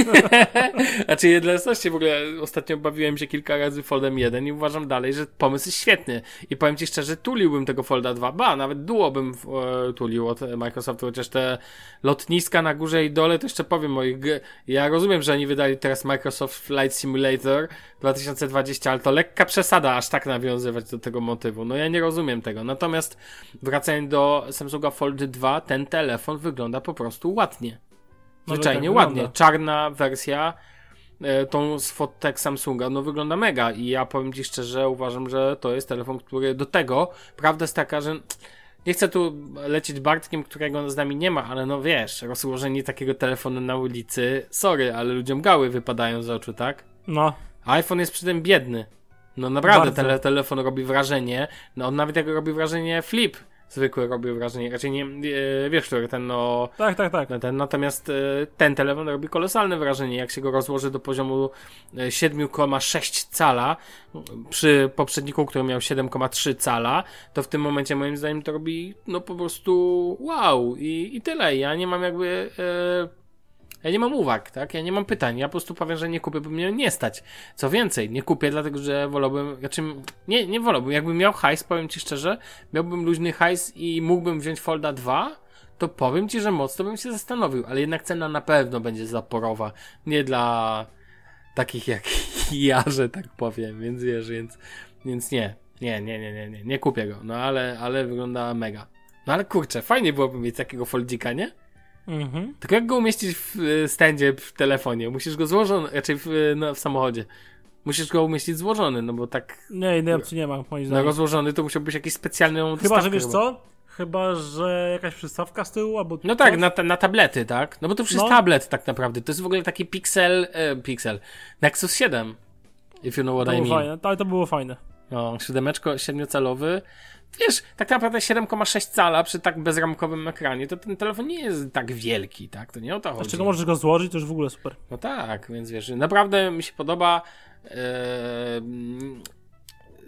Znaczy, dla jasności w ogóle ostatnio bawiłem się kilka razy Foldem jeden i uważam dalej, że pomysł jest świetny. I powiem ci szczerze, tuliłbym tego Folda dwa, ba, nawet Duo bym e, tulił od Microsoftu, chociaż te lotniska na górze i dole, to jeszcze powiem moich g- ja rozumiem, że oni wydali teraz Microsoft Flight Simulator dwa tysiące dwadzieścia, ale to lekka przesada aż tak nawiązywać do tego motywu. No ja nie rozumiem tego. Natomiast wracając do Samsunga Fold dwa, ten telefon wygląda po prostu ładnie. No, Zwyczajnie tak ładnie. wygląda. Czarna wersja, e, tą z fotek Samsunga, no wygląda mega i ja powiem ci szczerze, uważam, że to jest telefon, który do tego, prawda jest taka, że nie chcę tu lecieć Bartkiem, którego z nami nie ma, ale no wiesz, rozłożenie takiego telefonu na ulicy, sorry, ale ludziom gały wypadają z oczu, tak? No, A iPhone jest przy tym biedny. No naprawdę, Bardzo. tele, telefon robi wrażenie, no on nawet jak robi wrażenie Flip, zwykły robi wrażenie, raczej nie, e, wiesz, który ten no... tak, tak, tak. No ten, natomiast e, ten telefon robi kolosalne wrażenie, jak się go rozłoży do poziomu e, siedem przecinek sześć cala, przy poprzedniku, który miał siedem przecinek trzy cala, to w tym momencie moim zdaniem to robi no po prostu wow i, i tyle. Ja nie mam jakby... E, ja nie mam uwag, tak? Ja nie mam pytań. Ja po prostu powiem, że nie kupię, bo mnie nie stać. Co więcej, nie kupię, dlatego że wolałbym, znaczy, nie, nie wolałbym. Jakbym miał hajs, powiem ci szczerze, miałbym luźny hajs i mógłbym wziąć Folda dwa, to powiem ci, że mocno bym się zastanowił, ale jednak cena na pewno będzie zaporowa. Nie dla takich jak ja, że tak powiem, więc wiesz, więc, więc nie. Nie, nie, nie, nie, nie, nie kupię go. No ale, ale wygląda mega. No ale kurczę, fajnie byłoby mieć takiego Foldika, nie? Mhm. Tylko jak go umieścić w y, stędzie w telefonie? Musisz go złożony, raczej w, y, no, w samochodzie. Musisz go umieścić złożony, no bo tak Nie, innej opcji nie ma, moim no, zdaniem. rozłożony to musiałbyś jakiś specjalny Chyba, dostawkę że wiesz chyba. co? Chyba, że jakaś przystawka z tyłu, albo No tak, coś. na, ta- na tablety, tak? No bo to już jest No. tablet tak naprawdę. To jest w ogóle taki Pixel, e, Pixel, Nexus siedem. If you know what To I było mean. fajne, ale to było fajne. No, siódemeczko, siedmiocalowy. Wiesz, tak naprawdę siedem przecinek sześć cala przy tak bezramkowym ekranie, to ten telefon nie jest tak wielki, tak? To nie o to chodzi. Z czego możesz go złożyć, to już w ogóle super. No tak, więc wiesz, naprawdę mi się podoba. Eee,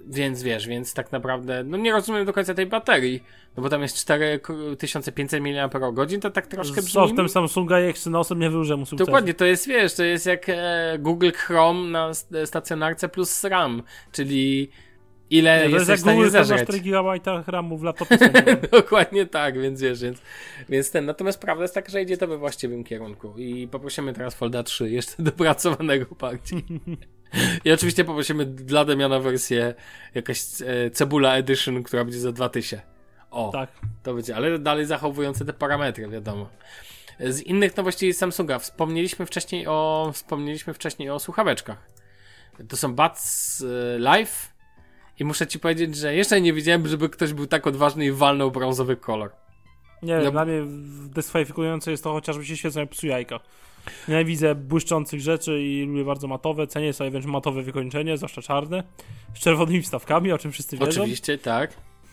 więc wiesz, więc tak naprawdę, no nie rozumiem do końca tej baterii, no bo tam jest cztery tysiące pięćset miliampergodzin, to tak troszkę brzmi... Z softem Samsunga i Exynosem nie wyłużę mu sukcesu. Dokładnie, to jest, wiesz, to jest jak e, Google Chrome na stacjonarce plus RAM, czyli ile nie, to jesteś jest w stanie jak Google zeżreć. cztery gigabajty ramu w laptopie. Dokładnie tak, więc wiesz, więc, więc ten, natomiast prawda jest taka, że idzie to we właściwym kierunku i poprosimy teraz Folda trzy, jeszcze dopracowanego bardziej. I oczywiście poprosimy dla Damiana wersję jakaś e, Cebula Edition, która będzie za dwa tysiące. O, tak. To będzie, ale dalej zachowujące te parametry, wiadomo. Z innych nowości Samsunga wspomnieliśmy wcześniej o wspomnieliśmy wcześniej o słuchaweczkach. To są Buds Live i muszę ci powiedzieć, że jeszcze nie widziałem, żeby ktoś był tak odważny i walnął brązowy kolor. Nie, no, dla mnie dyskwalifikujące jest to chociażby się świecą jak psu jajka. Nienawidzę błyszczących rzeczy i lubię bardzo matowe. Cenię sobie wręcz matowe wykończenie, zwłaszcza czarne, z czerwonymi wstawkami, o czym wszyscy wiedzą. Oczywiście, tak.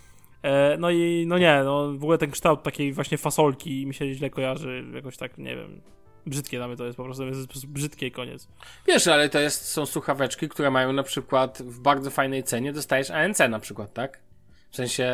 E, no i no nie, no w ogóle ten kształt takiej właśnie fasolki mi się źle kojarzy, jakoś tak, nie wiem, brzydkie dla mnie to jest, po prostu jest po prostu brzydkie i koniec. Wiesz, ale to jest, są słuchaweczki, które mają na przykład w bardzo fajnej cenie, dostajesz A N C na przykład, tak? W sensie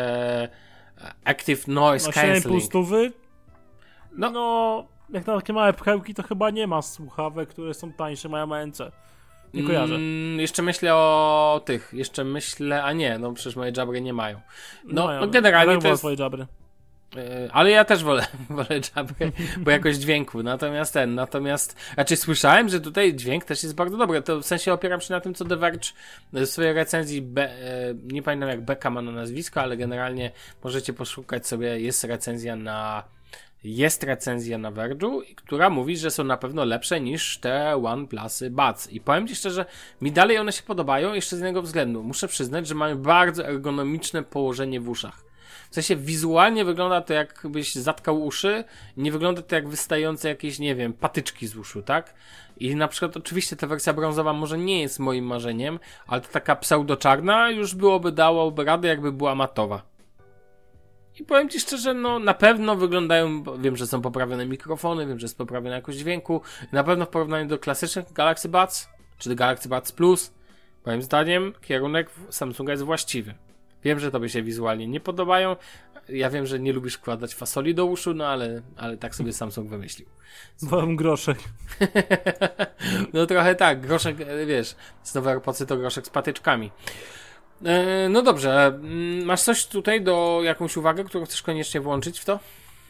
Active Noise no, Cancelling. siedem i pół stówy? No. no, jak na takie małe pchełki to chyba nie ma słuchawek, które są tańsze, mają A N C. Nie kojarzę. Mm, jeszcze myślę o tych, jeszcze myślę, a nie, no przecież moje Jabry nie mają. No, no, mają. no generalnie ale to jest... swoje Jabry. Yy, ale ja też wolę, wolę Jabry, bo jakoś dźwięku, natomiast ten, natomiast, raczej słyszałem, że tutaj dźwięk też jest bardzo dobry, to w sensie opieram się na tym, co The Verge w swojej recenzji, Be, nie pamiętam jak Becka ma na nazwisko, ale generalnie możecie poszukać sobie, jest recenzja na Jest recenzja na Verge'u, która mówi, że są na pewno lepsze niż te OnePlusy Buds. I powiem ci szczerze, mi dalej one się podobają jeszcze z jednego względu. Muszę przyznać, że mają bardzo ergonomiczne położenie w uszach. W sensie wizualnie wygląda to jakbyś zatkał uszy, nie wygląda to jak wystające jakieś, nie wiem, patyczki z uszu, tak? I na przykład oczywiście ta wersja brązowa może nie jest moim marzeniem, ale ta taka pseudo-czarna już byłoby dałoby radę, jakby była matowa. I powiem ci szczerze, no na pewno wyglądają, wiem, że są poprawione mikrofony, wiem, że jest poprawiona jakość dźwięku, na pewno w porównaniu do klasycznych Galaxy Buds, czy do Galaxy Buds Plus, moim zdaniem kierunek Samsunga jest właściwy. Wiem, że tobie się wizualnie nie podobają, ja wiem, że nie lubisz wkładać fasoli do uszu, no ale, ale tak sobie Samsung wymyślił. Mam groszek. No trochę tak, groszek, wiesz, z nowej AirPodsy to groszek z patyczkami. No dobrze, masz coś tutaj do jakąś uwagę, którą chcesz koniecznie włączyć w to?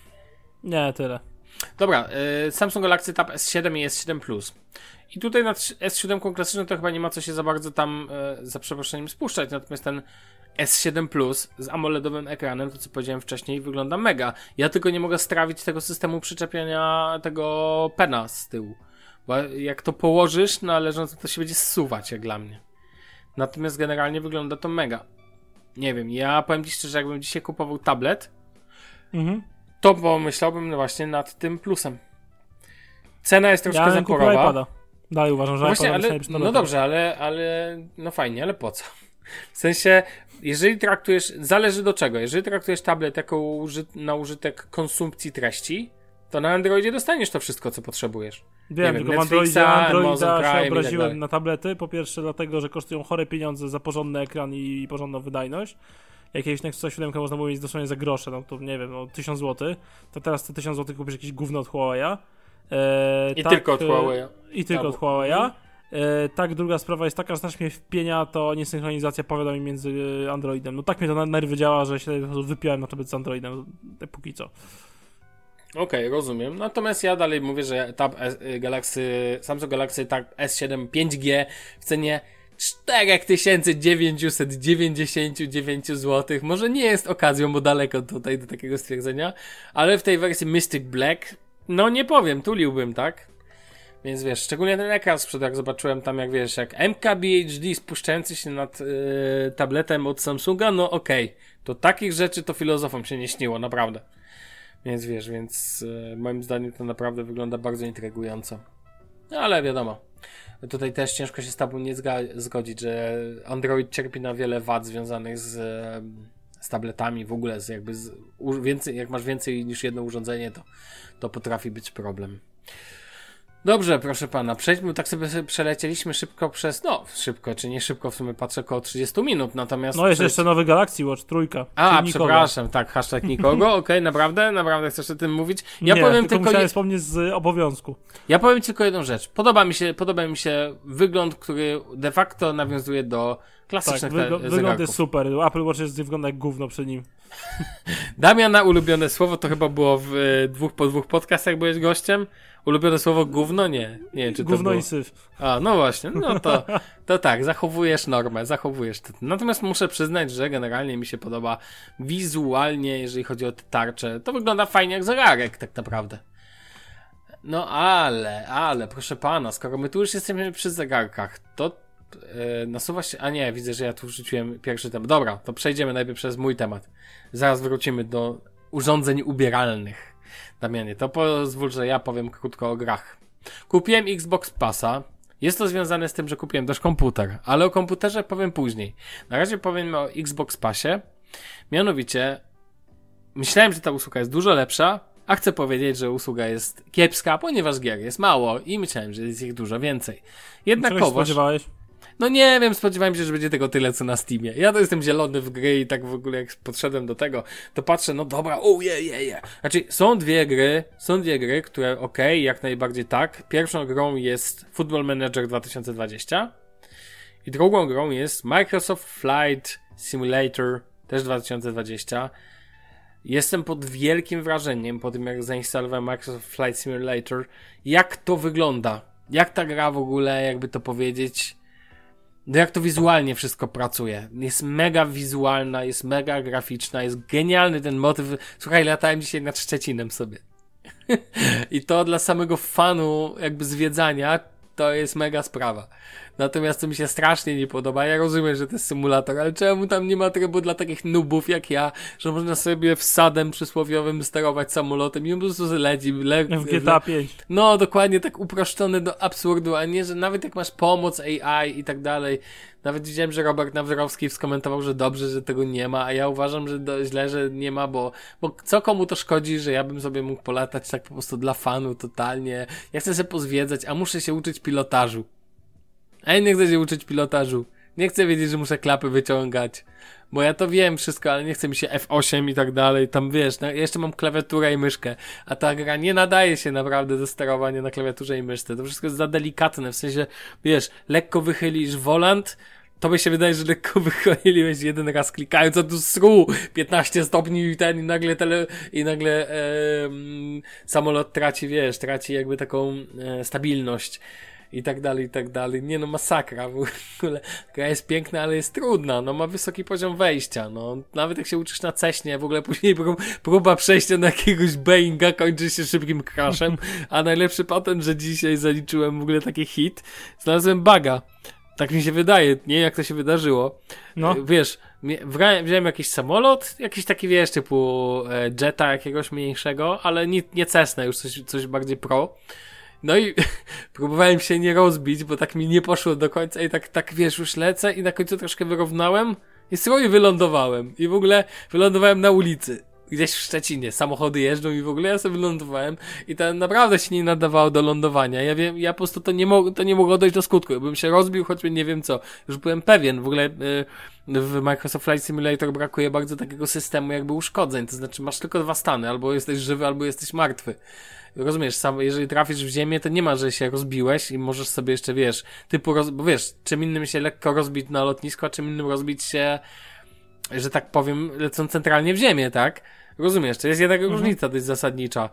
Nie, tyle. Dobra, Samsung Galaxy Tab S siedem i S siedem Plus. I tutaj nad S siedem klasyczną to chyba nie ma co się za bardzo tam, za przeproszeniem, spuszczać, natomiast ten S siedem Plus z AMOLEDowym ekranem, to co powiedziałem wcześniej, wygląda mega. Ja tylko nie mogę strawić tego systemu przyczepiania tego pena z tyłu, bo jak to położysz na leżąco, to się będzie zsuwać jak dla mnie. Natomiast generalnie wygląda to mega. Nie wiem, ja powiem ci szczerze, jakbym dzisiaj kupował tablet, mhm. to pomyślałbym właśnie nad tym plusem. Cena jest troszkę ja zaporowa. Dalej uważam, że no właśnie, ale, no dobrze, ale, ale no fajnie, ale po co? W sensie, jeżeli traktujesz, zależy do czego, jeżeli traktujesz tablet jako uży, na użytek konsumpcji treści, to na Androidzie dostaniesz to wszystko, co potrzebujesz. Wiem, nie tylko wiem, w Androidzie, Androida Prime się obraziłem tak na tablety, po pierwsze dlatego, że kosztują chore pieniądze za porządny ekran i porządną wydajność. Jakiegoś Nexusa siedem można było mieć dosłownie za grosze, no to nie wiem, no tysiąc złotych, to teraz te tysiąc złotych kupisz jakieś gówno od Huawei'a. E, I tak, tylko od Huawei'a. I tylko od Huawei'a. E, tak, druga sprawa jest taka, że znacznie mnie wpienia to niesynchronizacja powiadomień między Androidem. No tak mnie to na nerwy działa, że się wypiłem na tablet z Androidem, póki co. Okej, okay, rozumiem. Natomiast ja dalej mówię, że Tab S, Galaxy, Samsung Galaxy Tab S siedem pięć G w cenie cztery tysiące dziewięćset dziewięćdziesiąt dziewięć złotych może nie jest okazją, bo daleko tutaj do takiego stwierdzenia, ale w tej wersji Mystic Black, no nie powiem, tuliłbym, tak? Więc wiesz, szczególnie ten ekran sprzed, jak zobaczyłem tam, jak wiesz, jak M K B H D spuszczający się nad yy, tabletem od Samsunga, no okej, okay. To takich rzeczy to filozofom się nie śniło, naprawdę. Więc wiesz, więc yy, moim zdaniem to naprawdę wygląda bardzo intrygująco. No ale wiadomo, tutaj też ciężko się z tobą nie zga- zgodzić, że Android cierpi na wiele wad związanych z, z tabletami, w ogóle z jakby z, u, więcej, jak masz więcej niż jedno urządzenie, to, to potrafi być problem. Dobrze, proszę pana, przejdźmy, tak sobie przelecieliśmy szybko przez, no szybko, czy nie szybko, w sumie patrzę około trzydzieści minut, natomiast... No jest przejdź... jeszcze nowy Galaxy Watch, trójka. A, przepraszam, tak, hashtag nikogo, okej, okay, naprawdę? Naprawdę chcesz o tym mówić? Ja nie, powiem tylko, tylko musiałem je... wspomnieć z obowiązku. Ja powiem tylko jedną rzecz. Podoba mi się, podoba mi się wygląd, który de facto nawiązuje do klasycznych tak, wygl- te- wygląd jest super. Apple Watch jest wygląda jak gówno przy nim. Damiana ulubione słowo to chyba było w y, dwóch po dwóch podcastach byłeś gościem. Ulubione słowo gówno? Nie. Nie wiem, czy to Gówno było... i syf. A, no właśnie. No to, to tak, zachowujesz normę, zachowujesz to. Natomiast muszę przyznać, że generalnie mi się podoba wizualnie, jeżeli chodzi o te tarcze. To wygląda fajnie jak zegarek tak naprawdę. No ale, ale, proszę pana, skoro my tu już jesteśmy przy zegarkach, to yy, nasuwa się... A nie, widzę, że ja tu wrzuciłem pierwszy temat. Dobra, to przejdziemy najpierw przez mój temat. Zaraz wrócimy do urządzeń ubieralnych. Damianie, to pozwól, że ja powiem krótko o grach. Kupiłem Xbox Passa. Jest to związane z tym, że kupiłem też komputer, ale o komputerze powiem później. Na razie powiem o Xbox Passie. Mianowicie, myślałem, że ta usługa jest dużo lepsza, a chcę powiedzieć, że usługa jest kiepska, ponieważ gier jest mało i myślałem, że jest ich dużo więcej. Jednakowoż... Czego się spodziewałeś? No nie wiem, spodziewałem się, że będzie tego tyle, co na Steamie. Ja to jestem zielony w gry i tak w ogóle jak podszedłem do tego, to patrzę, no dobra, o je, je, je. Znaczy, są dwie gry, są dwie gry, które okej, okay, jak najbardziej tak. Pierwszą grą jest Football Manager dwa tysiące dwadzieścia i drugą grą jest Microsoft Flight Simulator, też dwa tysiące dwadzieścia. Jestem pod wielkim wrażeniem po tym, jak zainstalowałem Microsoft Flight Simulator, jak to wygląda. Jak ta gra w ogóle, jakby to powiedzieć... No jak to wizualnie wszystko pracuje. Jest mega wizualna, jest mega graficzna, jest genialny ten motyw. Słuchaj, latałem dzisiaj nad Szczecinem sobie. I to dla samego fanu jakby zwiedzania to jest mega sprawa. Natomiast to mi się strasznie nie podoba. Ja rozumiem, że to jest symulator, ale czemu tam nie ma trybu dla takich nubów jak ja, że można sobie wsadem przysłowiowym sterować samolotem i po prostu zleci. Le- w G T A pięć. No, dokładnie tak uproszczone do absurdu, a nie, że nawet jak masz pomoc A I i tak dalej. Nawet widziałem, że Robert Nawrowski skomentował, że dobrze, że tego nie ma, a ja uważam, że do, źle, że nie ma, bo, bo co komu to szkodzi, że ja bym sobie mógł polatać tak po prostu dla fanu totalnie. Ja chcę sobie pozwiedzać, a muszę się uczyć pilotażu. A ja nie chcę się uczyć pilotażu. Nie chcę wiedzieć, że muszę klapy wyciągać. Bo ja to wiem wszystko, ale nie chce mi się F osiem i tak dalej. Tam wiesz, no, jeszcze mam klawiaturę i myszkę. A ta gra nie nadaje się naprawdę do sterowania na klawiaturze i myszce. To wszystko jest za delikatne. W sensie, wiesz, lekko wychylisz volant, to by się wydaje, że lekko wychyliłeś jeden raz klikając, a tu sru piętnaście stopni i ten i nagle tele, i nagle e, mm, samolot traci, wiesz, traci jakby taką e, stabilność. I tak dalej, i tak dalej. Nie no, masakra. W ogóle gra jest piękna, ale jest trudna. No, ma wysoki poziom wejścia. No, nawet jak się uczysz na ceśnie, w ogóle później prób, próba przejścia na jakiegoś Boeinga kończy się szybkim crashem. A najlepszy patent, że dzisiaj zaliczyłem w ogóle taki hit. Znalazłem buga. Tak mi się wydaje, nie jak to się wydarzyło. No. Wiesz, wziąłem, wziąłem jakiś samolot, jakiś taki, wiesz, typu jeta jakiegoś mniejszego, ale nie, nie Cessna, już coś, coś bardziej pro. No i próbowałem się nie rozbić, bo tak mi nie poszło do końca i tak, tak wiesz, już lecę i na końcu troszkę wyrównałem i sobie wylądowałem. I w ogóle wylądowałem na ulicy. Gdzieś w Szczecinie. Samochody jeżdżą i w ogóle ja sobie wylądowałem i to naprawdę się nie nadawało do lądowania. Ja wiem, ja po prostu to nie, mo- to nie mogło dojść do skutku. Jakbym się rozbił, choćby nie wiem co. Już byłem pewien. W ogóle yy, w Microsoft Flight Simulator brakuje bardzo takiego systemu jakby uszkodzeń. To znaczy masz tylko dwa stany. Albo jesteś żywy, albo jesteś martwy. Rozumiesz, sam, jeżeli trafisz w ziemię, to nie ma, że się rozbiłeś i możesz sobie jeszcze, wiesz, typu, roz... bo wiesz, czym innym się lekko rozbić na lotnisku, a czym innym rozbić się, że tak powiem, lecą centralnie w ziemię, tak? Rozumiesz, to jest jednak mhm. różnica dość zasadnicza.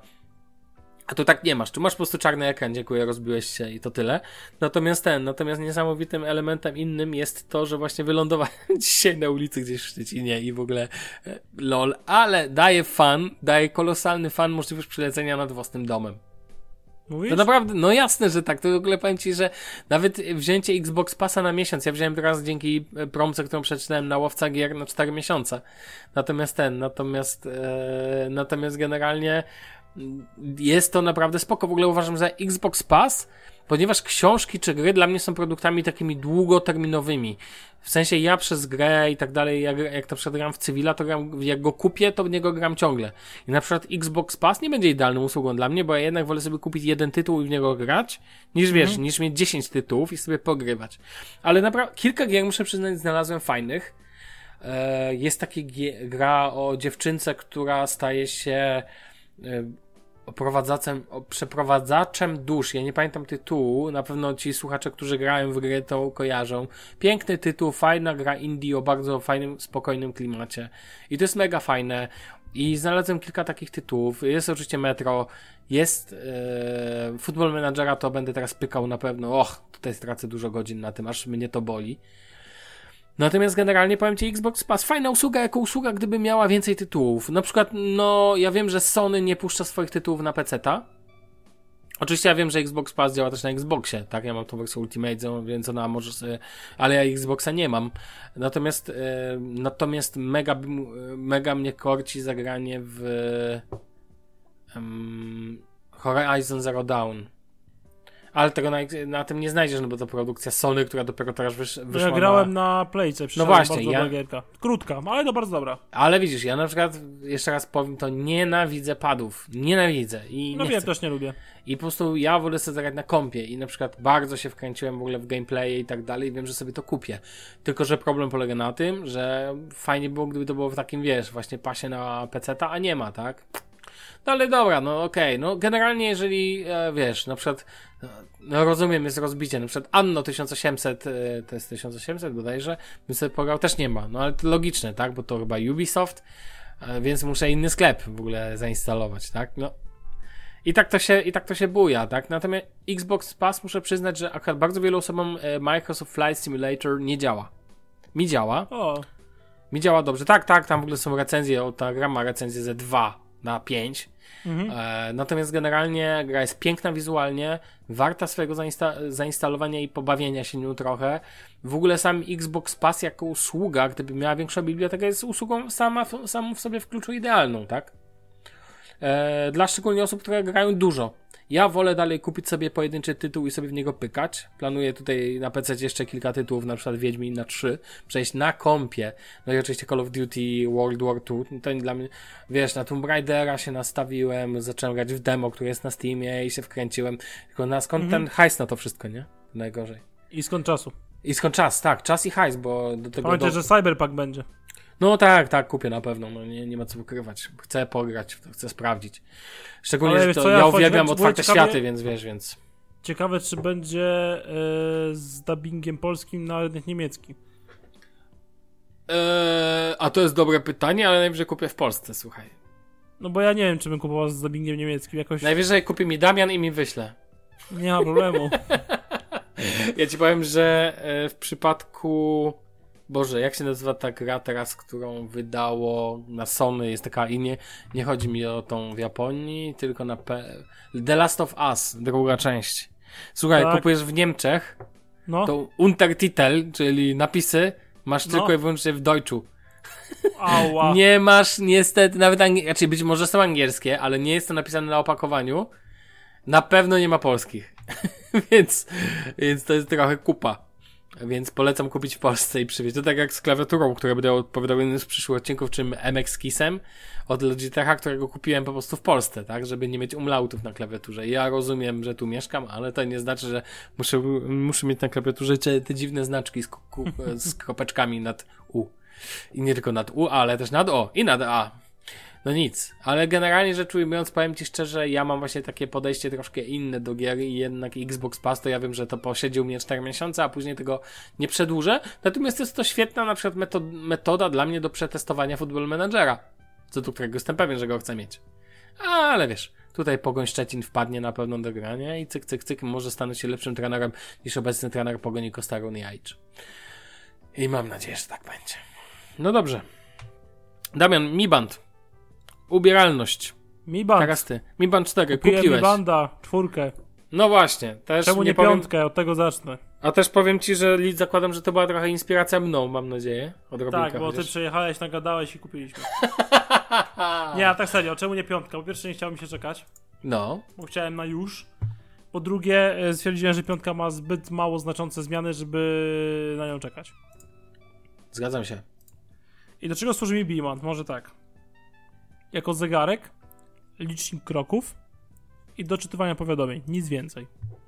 A tu tak nie masz, tu masz po prostu czarny ekran, dziękuję, rozbiłeś się i to tyle. Natomiast ten, natomiast niesamowitym elementem innym jest to, że właśnie wylądowałem dzisiaj na ulicy gdzieś w Szczecinie i w ogóle e, lol, ale daje fan, daje kolosalny fan możliwość przylecenia nad własnym domem. Mówisz? To naprawdę, no jasne, że tak, to w ogóle powiem ci, że nawet wzięcie Xbox Passa na miesiąc, ja wziąłem teraz dzięki promce, którą przeczytałem na Łowca Gier na cztery miesiące. Natomiast ten, natomiast e, natomiast generalnie jest to naprawdę spoko. W ogóle uważam, że Xbox Pass, ponieważ książki czy gry dla mnie są produktami takimi długoterminowymi. W sensie ja przez grę i tak dalej, jak, jak to przykład gram w Civila, to gram, jak go kupię, to w niego gram ciągle. I na przykład Xbox Pass nie będzie idealną usługą dla mnie, bo ja jednak wolę sobie kupić jeden tytuł i w niego grać, niż wiesz, mhm. niż mieć dziesięć tytułów i sobie pogrywać. Ale naprawdę, kilka gier, muszę przyznać, znalazłem fajnych. E, jest taki gie- gra o dziewczynce, która staje się e, Oprowadzaczem, przeprowadzaczem dusz. Ja nie pamiętam tytułu, na pewno ci słuchacze, którzy grają w gry, to kojarzą. Piękny tytuł, fajna gra indie o bardzo fajnym, spokojnym klimacie. I to jest mega fajne. I znalazłem kilka takich tytułów. Jest oczywiście Metro, jest ee, Football Managera, to będę teraz pykał na pewno. Och, tutaj stracę dużo godzin na tym, aż mnie to boli. Natomiast generalnie powiem ci, Xbox Pass, fajna usługa jako usługa, gdyby miała więcej tytułów. Na przykład, no, ja wiem, że Sony nie puszcza swoich tytułów na peceta. Oczywiście ja wiem, że Xbox Pass działa też na Xboxie, tak? Ja mam tą wersję Ultimate, więc ona może sobie, ale ja Xboxa nie mam. Natomiast, e, natomiast mega, mega mnie korci zagranie w um, Horizon Zero Dawn. Ale tego na, na tym nie znajdziesz, no bo to produkcja Sony, która dopiero teraz wysz, wyszła. Ja grałem na, na Playce, no właśnie, bardzo ja... dobra gierka. Krótka, ale to bardzo dobra. Ale widzisz, ja na przykład, jeszcze raz powiem, to nienawidzę padów. Nienawidzę. I no nie wiem, chcę. też nie lubię. I po prostu ja wolę sobie zagrać na kompie i na przykład bardzo się wkręciłem w ogóle w gameplaye i tak dalej i wiem, że sobie to kupię. Tylko, że problem polega na tym, że fajnie było, gdyby to było w takim, wiesz, właśnie pasie na peceta, a nie ma, tak? No ale dobra, no okej, okay. No generalnie jeżeli, e, wiesz, na przykład, no rozumiem, jest rozbicie, na przykład Anno tysiąc osiemset, e, to jest tysiąc osiemset bodajże, bym sobie pograł, też nie ma, no ale to logiczne, tak, bo to chyba Ubisoft, e, więc muszę inny sklep w ogóle zainstalować, tak, no. I tak to się, i tak to się buja, tak, natomiast Xbox Pass muszę przyznać, że akurat bardzo wielu osobom e, Microsoft Flight Simulator nie działa. Mi działa. O. Mi działa dobrze, tak, tak, tam w ogóle są recenzje, ta gra ma recenzję ze dwa na pięć. Mhm. E, natomiast generalnie gra jest piękna wizualnie, warta swojego zainsta- zainstalowania i pobawienia się nią trochę. W ogóle sam Xbox Pass jako usługa, gdyby miała większą bibliotekę, jest usługą sama, samą w sobie w kluczu idealną, tak? E, dla szczególnie osób, które grają dużo. Ja wolę dalej kupić sobie pojedynczy tytuł i sobie w niego pykać. Planuję tutaj na P C jeszcze kilka tytułów, na przykład Wiedźmin na trzy, przejść na kompie. No i oczywiście Call of Duty World War two. To dla mnie, wiesz, na Tomb Raidera się nastawiłem, zacząłem grać w demo, które jest na Steamie i się wkręciłem. Tylko na skąd mhm. ten hajs na to wszystko, nie? Najgorzej. I skąd czasu? I skąd czas, tak, czas i hajs, bo do tego... Pamiętaj, do... że Cyberpunk będzie. No tak, tak, kupię na pewno, no nie, nie ma co ukrywać. Chcę pograć, chcę sprawdzić. Szczególnie, ale że to, co, ja, ja uwielbiam otwarte ciekawie, światy, więc wiesz, więc... Ciekawe, czy będzie yy, z dubbingiem polskim na rynek niemiecki. Eee, a to jest dobre pytanie, ale najwyżej kupię w Polsce, słuchaj. No bo ja nie wiem, czy bym kupował z dubbingiem niemieckim jakoś... Najwyżej kupi mi Damian i mi wyśle. Nie ma problemu. Ja ci powiem, że w przypadku... Boże, jak się nazywa ta gra teraz, którą wydało na Sony, jest taka i nie, nie chodzi mi o tą w Japonii, tylko na P... The Last of Us, druga część. Słuchaj, tak. Kupujesz w Niemczech, no. To Untertitel, czyli napisy, masz no. tylko i wyłącznie w Deutschu. Ała. Nie masz niestety, nawet angielskie, znaczy być może są angielskie, ale nie jest to napisane na opakowaniu. Na pewno nie ma polskich. więc, więc to jest trochę kupa. Więc polecam kupić w Polsce i przywieźć. To tak jak z klawiaturą, która będę odpowiadał jednym z przyszłych odcinków, czym M X Keysem od Logitecha, którego kupiłem po prostu w Polsce, tak? Żeby nie mieć umlautów na klawiaturze. Ja rozumiem, że tu mieszkam, ale to nie znaczy, że muszę, muszę mieć na klawiaturze te, te dziwne znaczki z, ku, z kropeczkami nad U. I nie tylko nad U, ale też nad O i nad A. No nic, ale generalnie rzecz ujmując, powiem ci szczerze, ja mam właśnie takie podejście troszkę inne do gier i jednak Xbox Pass, to ja wiem, że to posiedzi u mnie cztery miesiące, a później tego nie przedłużę, natomiast jest to świetna na przykład metod- metoda dla mnie do przetestowania Football Managera, co do którego jestem pewien, że go chcę mieć. Ale wiesz, tutaj Pogoń Szczecin wpadnie na pewno do grania i cyk, cyk, cyk, może stanąć się lepszym trenerem niż obecny trener Pogoni Kostarun Jajcz. I mam nadzieję, że tak będzie. No dobrze. Damian, Mi Band. Ubieralność. Mi Band. Teraz ty. Mi Band cztery. Kupiłem kupiłeś. Mi Banda, czwórkę. No właśnie. Też Czemu nie, nie powiem... piątkę? Od tego zacznę. A też powiem ci, że zakładam, że to była trochę inspiracja mną, mam nadzieję. Odrobinka, tak, bo chociaż. ty przejechałeś, nagadałeś i kupiliśmy. Nie, a tak serio, czemu nie piątka? Po pierwsze nie chciałem się czekać, No. bo chciałem na już. Po drugie e, stwierdziłem, że piątka ma zbyt mało znaczące zmiany, żeby na nią czekać. Zgadzam się. I do czego służy mi Beeman? Może tak. Jako zegarek, licznik kroków i do czytywania powiadomień. Nic więcej.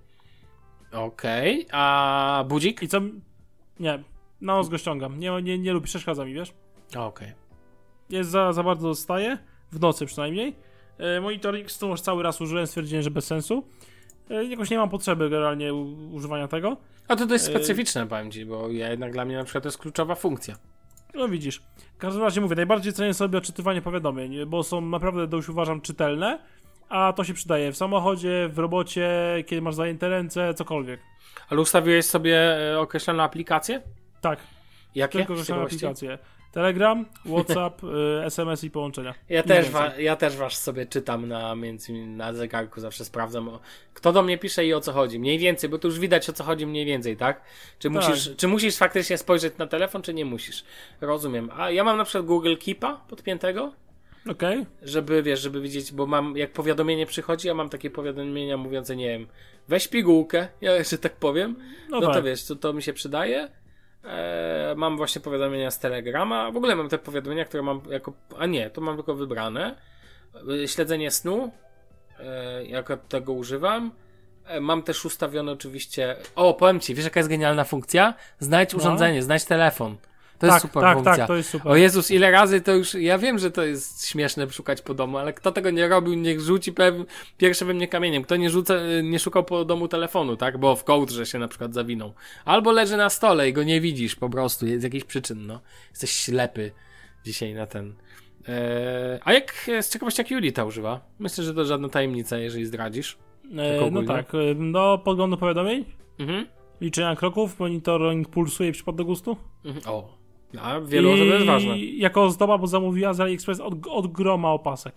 Okej, okay. A budzik? I co... Nie, na nos go ściągam. Nie, nie, nie lubi, przeszkadza mi, wiesz? Okej. Okay. Jest za, za bardzo zostaje, w nocy przynajmniej. E, monitoring z już cały raz użyłem, stwierdziłem, że bez sensu. E, jakoś nie mam potrzeby generalnie u, używania tego. A to dość e... specyficzne, powiem ci, bo ja jednak dla mnie na przykład to jest kluczowa funkcja. No widzisz. W każdym razie mówię, najbardziej cenię sobie odczytywanie powiadomień, bo są naprawdę dość, uważam, czytelne, a to się przydaje w samochodzie, w robocie, kiedy masz zajęte ręce, cokolwiek. Ale ustawiłeś sobie określone aplikacje? Tak. Jakie? Tylko określone aplikacje. Telegram, WhatsApp, y, S M S i połączenia. Ja też, wa- ja też wasz sobie czytam na, między, na zegarku, zawsze sprawdzam, o, kto do mnie pisze i o co chodzi. Mniej więcej, bo tu już widać o co chodzi mniej więcej, tak? Czy musisz, tak. Czy musisz faktycznie spojrzeć na telefon, czy nie musisz? Rozumiem. A ja mam na przykład Google Keepa podpiętego. Okej. Okay. Żeby, wiesz, żeby widzieć, bo mam, jak powiadomienie przychodzi, ja mam takie powiadomienia mówiące, nie wiem, weź pigułkę, ja jeszcze tak powiem, no, no tak. To wiesz, to, to mi się przydaje. Eee, mam właśnie powiadomienia z Telegrama, w ogóle mam te powiadomienia, które mam jako, a nie, to mam tylko wybrane. Eee, śledzenie snu, eee, jako tego używam. Eee, mam też ustawione oczywiście, o, powiem ci, wiesz jaka jest genialna funkcja? Znajdź no. urządzenie, znajdź telefon. To tak, jest super tak, funkcja. Tak, to jest super. O Jezus, ile razy to już, ja wiem, że to jest śmieszne szukać po domu, ale kto tego nie robił, niech rzuci pe- pierwsze we mnie kamieniem. Kto nie rzuca, nie szukał po domu telefonu, tak? Bo w kołdrze się na przykład zawinął. Albo leży na stole i go nie widzisz po prostu, z jakichś przyczyn, no. Jesteś ślepy dzisiaj na ten. Eee, a jak, z ciekawości, jak Julita używa? Myślę, że to żadna tajemnica, jeżeli zdradzisz. Eee, no tak, do podglądu powiadomień, mhm. liczenia kroków, monitoring pulsu i przypad do gustu. Mhm. O. A wielu osób jest ważne. I jako ozdoba, bo zamówiła z AliExpress od, od groma opasek.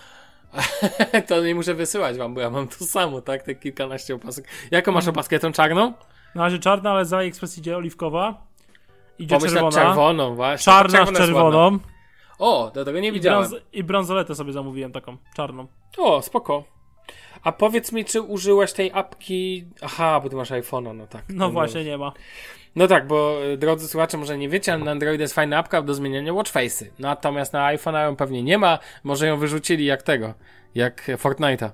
To nie muszę wysyłać wam, bo ja mam to samo, tak? Te kilkanaście opasek. Jaką masz opaskę? Tą czarną? Na razie czarna, ale z AliExpress idzie oliwkowa. Idzie Pomyśl czerwona. czerwoną, właśnie. Czarna z czerwoną. O, do tego nie widziałem. I, brąz, I brązoletę sobie zamówiłem taką, czarną. O, spoko. A powiedz mi, czy użyłeś tej apki... Aha, bo ty masz iPhone'a, no tak. No właśnie, nie ma. No tak, bo drodzy słuchacze, może nie wiecie, ale na Android jest fajna apka do zmieniania watchface'y. Natomiast na iPhone'a ją pewnie nie ma. Może ją wyrzucili jak tego, jak Fortnite'a.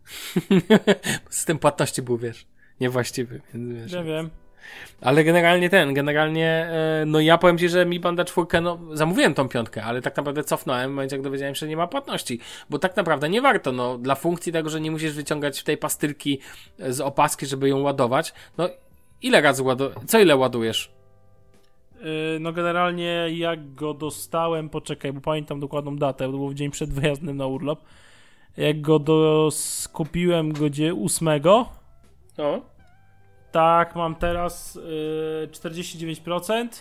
System płatności był, wiesz, niewłaściwy. Więc, wiesz, nie wiem. Ale generalnie ten, generalnie, no ja powiem ci, że Mi Banda czwórkę, no zamówiłem tą piątkę, ale tak naprawdę cofnąłem w momencie, jak dowiedziałem się, że nie ma płatności, bo tak naprawdę nie warto, no dla funkcji tego, że nie musisz wyciągać tej pastylki z opaski, żeby ją ładować, no ile razy ładujesz, co ile ładujesz? Yy, no generalnie jak go dostałem, poczekaj, bo pamiętam dokładną datę, to był dzień przed wyjazdem na urlop, jak go dos- kupiłem go gdzie ósmego. O. Tak, mam teraz y, czterdzieści dziewięć procent,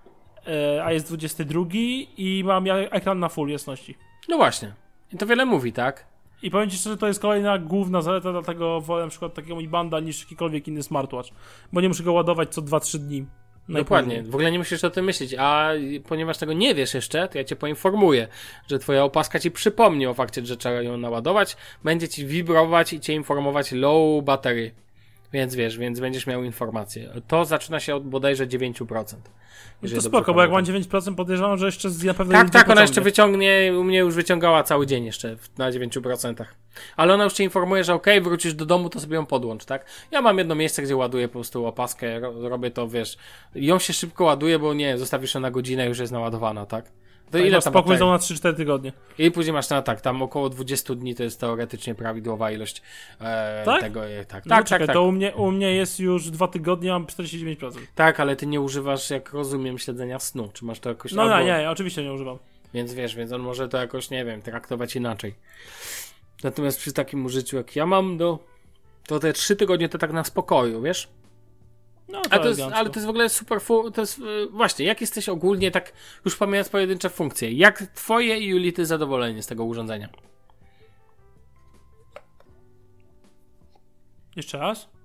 y, a jest dwudziesty drugi i mam ja, ekran na full jasności. No właśnie. I to wiele mówi, tak? I powiem ci szczerze, to jest kolejna główna zaleta, dlatego wolę na przykład takiego Mi Banda niż jakikolwiek inny smartwatch, bo nie muszę go ładować co dwa trzy dni. Dokładnie, w ogóle nie musisz o tym myśleć, a ponieważ tego nie wiesz jeszcze, to ja cię poinformuję, że twoja opaska ci przypomni o fakcie, że trzeba ją naładować, będzie ci wibrować i cię informować low battery. Więc wiesz, więc będziesz miał informację. To zaczyna się od bodajże dziewięć procent. No to spoko, bo jak mam dziewięć procent, podejrzewam, że jeszcze na pewno tak, tak, ona jeszcze wyciągnie, u mnie już wyciągała cały dzień jeszcze na dziewięć procent. Ale ona już cię informuje, że okej, okay, wrócisz do domu, to sobie ją podłącz, tak? Ja mam jedno miejsce, gdzie ładuję po prostu opaskę, ro- robię to, wiesz, ją się szybko ładuje, bo nie, zostawisz ją na godzinę, już jest naładowana, tak? To tak, ile tam spokój są na trzy cztery tygodnie. I później masz na tak, tam około dwadzieścia dni to jest teoretycznie prawidłowa ilość e, tak? tego. E, tak, no tak, czekaj, tak, tak. To u mnie, u mnie jest już dwa tygodnie, mam czterdzieści dziewięć procent. Tak, ale ty nie używasz, jak rozumiem, śledzenia snu. Czy masz to jakoś... No albo... nie, nie, oczywiście nie używam. Więc wiesz, więc on może to jakoś, nie wiem, traktować inaczej. Natomiast przy takim użyciu, jak ja mam, do, to te trzy tygodnie to tak na spokoju, wiesz? No, to A to jest, ale to jest w ogóle super, fu- to jest, yy, właśnie, jak jesteś ogólnie tak, już pomijając pojedyncze funkcje, jak twoje i Julity zadowolenie z tego urządzenia? Jeszcze raz?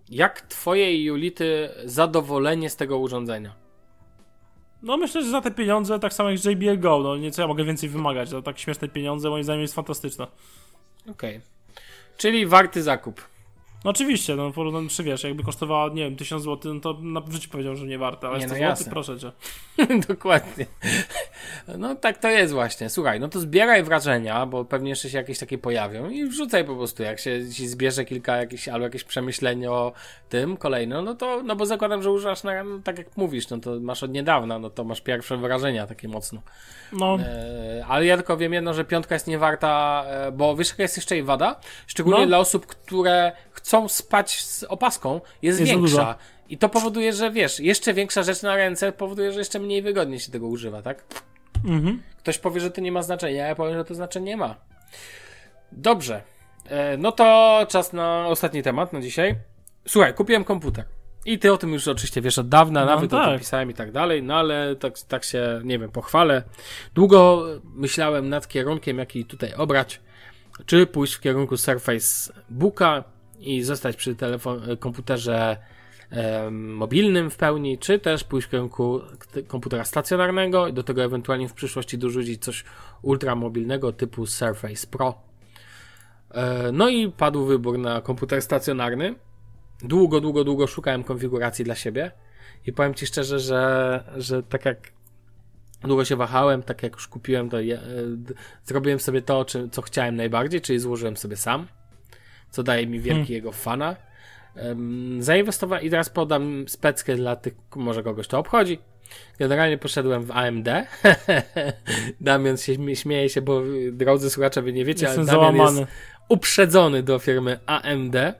jak twoje i Julity zadowolenie z tego urządzenia? No myślę, że za te pieniądze, tak samo jak J B L Go, no nieco ja mogę więcej wymagać, to tak śmieszne pieniądze moim zdaniem jest fantastyczne. Okej. Okay. Czyli warty zakup. No oczywiście, no porównam, czy wiesz, jakby kosztowała, nie wiem, tysiąc złotych, no to na w życiu powiedział, że nie warto, ale nie, sto no złotych, proszę cię. Dokładnie. No tak to jest właśnie. Słuchaj, no to zbieraj wrażenia, bo pewnie jeszcze się jakieś takie pojawią i wrzucaj po prostu, jak się ci zbierze kilka jakichś, albo jakieś przemyślenie o tym kolejne, no to, no bo zakładam, że używasz, na, no, tak jak mówisz, no to masz od niedawna, no to masz pierwsze wrażenia takie mocno. No. E, ale ja tylko wiem jedno, że piątka jest niewarta, e, bo wiesz, jaka jest jeszcze jej wada? Szczególnie no. dla osób, które chcą spać z opaską, jest, jest większa. Dużo. I to powoduje, że wiesz, jeszcze większa rzecz na ręce powoduje, że jeszcze mniej wygodnie się tego używa, tak? Mhm. Ktoś powie, że to nie ma znaczenia, ja powiem, że to znaczenie ma. Dobrze. E, no to czas na ostatni temat na dzisiaj. Słuchaj, kupiłem komputer. I ty o tym już oczywiście wiesz od dawna, no nawet tak. o tym pisałem i tak dalej, no ale tak, tak się, nie wiem, pochwalę. Długo myślałem nad kierunkiem, jaki tutaj obrać. Czy pójść w kierunku Surface Booka i zostać przy telefon- komputerze e, mobilnym w pełni, czy też pójść w kierunku komputera stacjonarnego i do tego ewentualnie w przyszłości dorzucić coś ultramobilnego typu Surface Pro. E, no i padł wybór na komputer stacjonarny. Długo, długo, długo szukałem konfiguracji dla siebie i powiem ci szczerze, że, że tak jak długo się wahałem, tak jak już kupiłem, to ja, e, zrobiłem sobie to, czy, co chciałem najbardziej, czyli złożyłem sobie sam, co daje mi wielki hmm. jego fana. Um, zainwestowałem i teraz podam speckę dla tych, może kogoś to obchodzi. Generalnie poszedłem w A M D. Damian się śmieje się, bo drodzy słuchacze, wy nie wiecie, Jestem ale Damian załamany. jest uprzedzony do firmy A M D.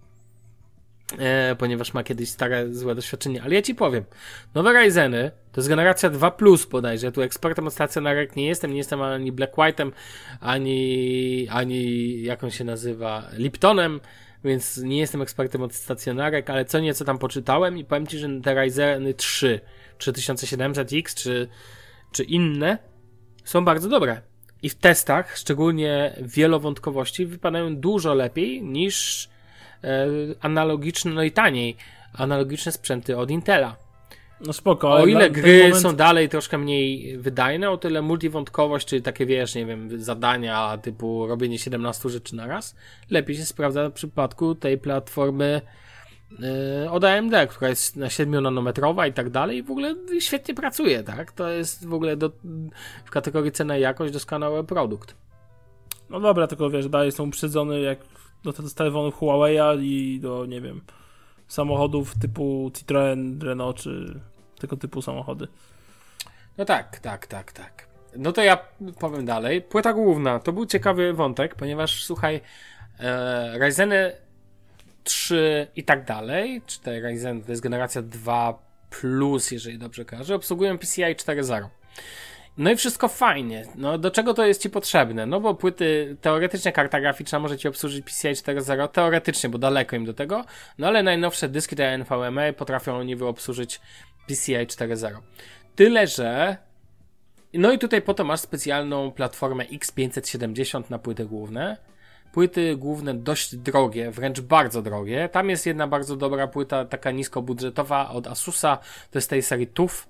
E, ponieważ ma kiedyś stare, złe doświadczenie, ale ja ci powiem, nowe Ryzeny, to jest generacja dwa plus bodajże, tu ekspertem od stacjonarek nie jestem, nie jestem ani Black White'em, ani, ani jak on się nazywa, Liptonem, więc nie jestem ekspertem od stacjonarek, ale co nieco tam poczytałem i powiem ci, że te Ryzeny trzy, trzy tysiące siedemset X, czy, czy inne, są bardzo dobre. I w testach, szczególnie wielowątkowości, wypadają dużo lepiej niż analogiczne, no i taniej, analogiczne sprzęty od Intela. No spoko, ale o ile gry moment... są dalej troszkę mniej wydajne, o tyle multiwątkowość, czyli takie, wiesz, nie wiem, zadania typu robienie siedemnastu rzeczy na raz, lepiej się sprawdza w przypadku tej platformy yy, od A M D, która jest na siedmiu-nanometrowa i tak dalej i w ogóle świetnie pracuje, tak? To jest w ogóle do, w kategorii cena i jakość doskonały produkt. No dobra, tylko wiesz, dalej są uprzedzony jak do, do telefonów Huawei'a i do, nie wiem, samochodów typu Citroen, Renault, czy tego typu samochody. No tak, tak, tak, tak. No to ja powiem dalej. Płyta główna, to był ciekawy wątek, ponieważ słuchaj, e, Ryzeny trzy i tak dalej, czy te Ryzeny, to jest generacja dwa plus, jeżeli dobrze kojarzę, obsługują P C I cztery zero. No i wszystko fajnie. No do czego to jest ci potrzebne? No bo płyty, teoretycznie karta graficzna może ci obsłużyć P C I cztery zero, teoretycznie, bo daleko im do tego, no ale najnowsze dyski te N V M e potrafią niby obsłużyć P C I cztery zero. Tyle, że no i tutaj po to masz specjalną platformę X pięćset siedemdziesiąt na płyty główne. Płyty główne dość drogie, wręcz bardzo drogie. Tam jest jedna bardzo dobra płyta, taka niskobudżetowa od Asusa, to jest tej serii T U F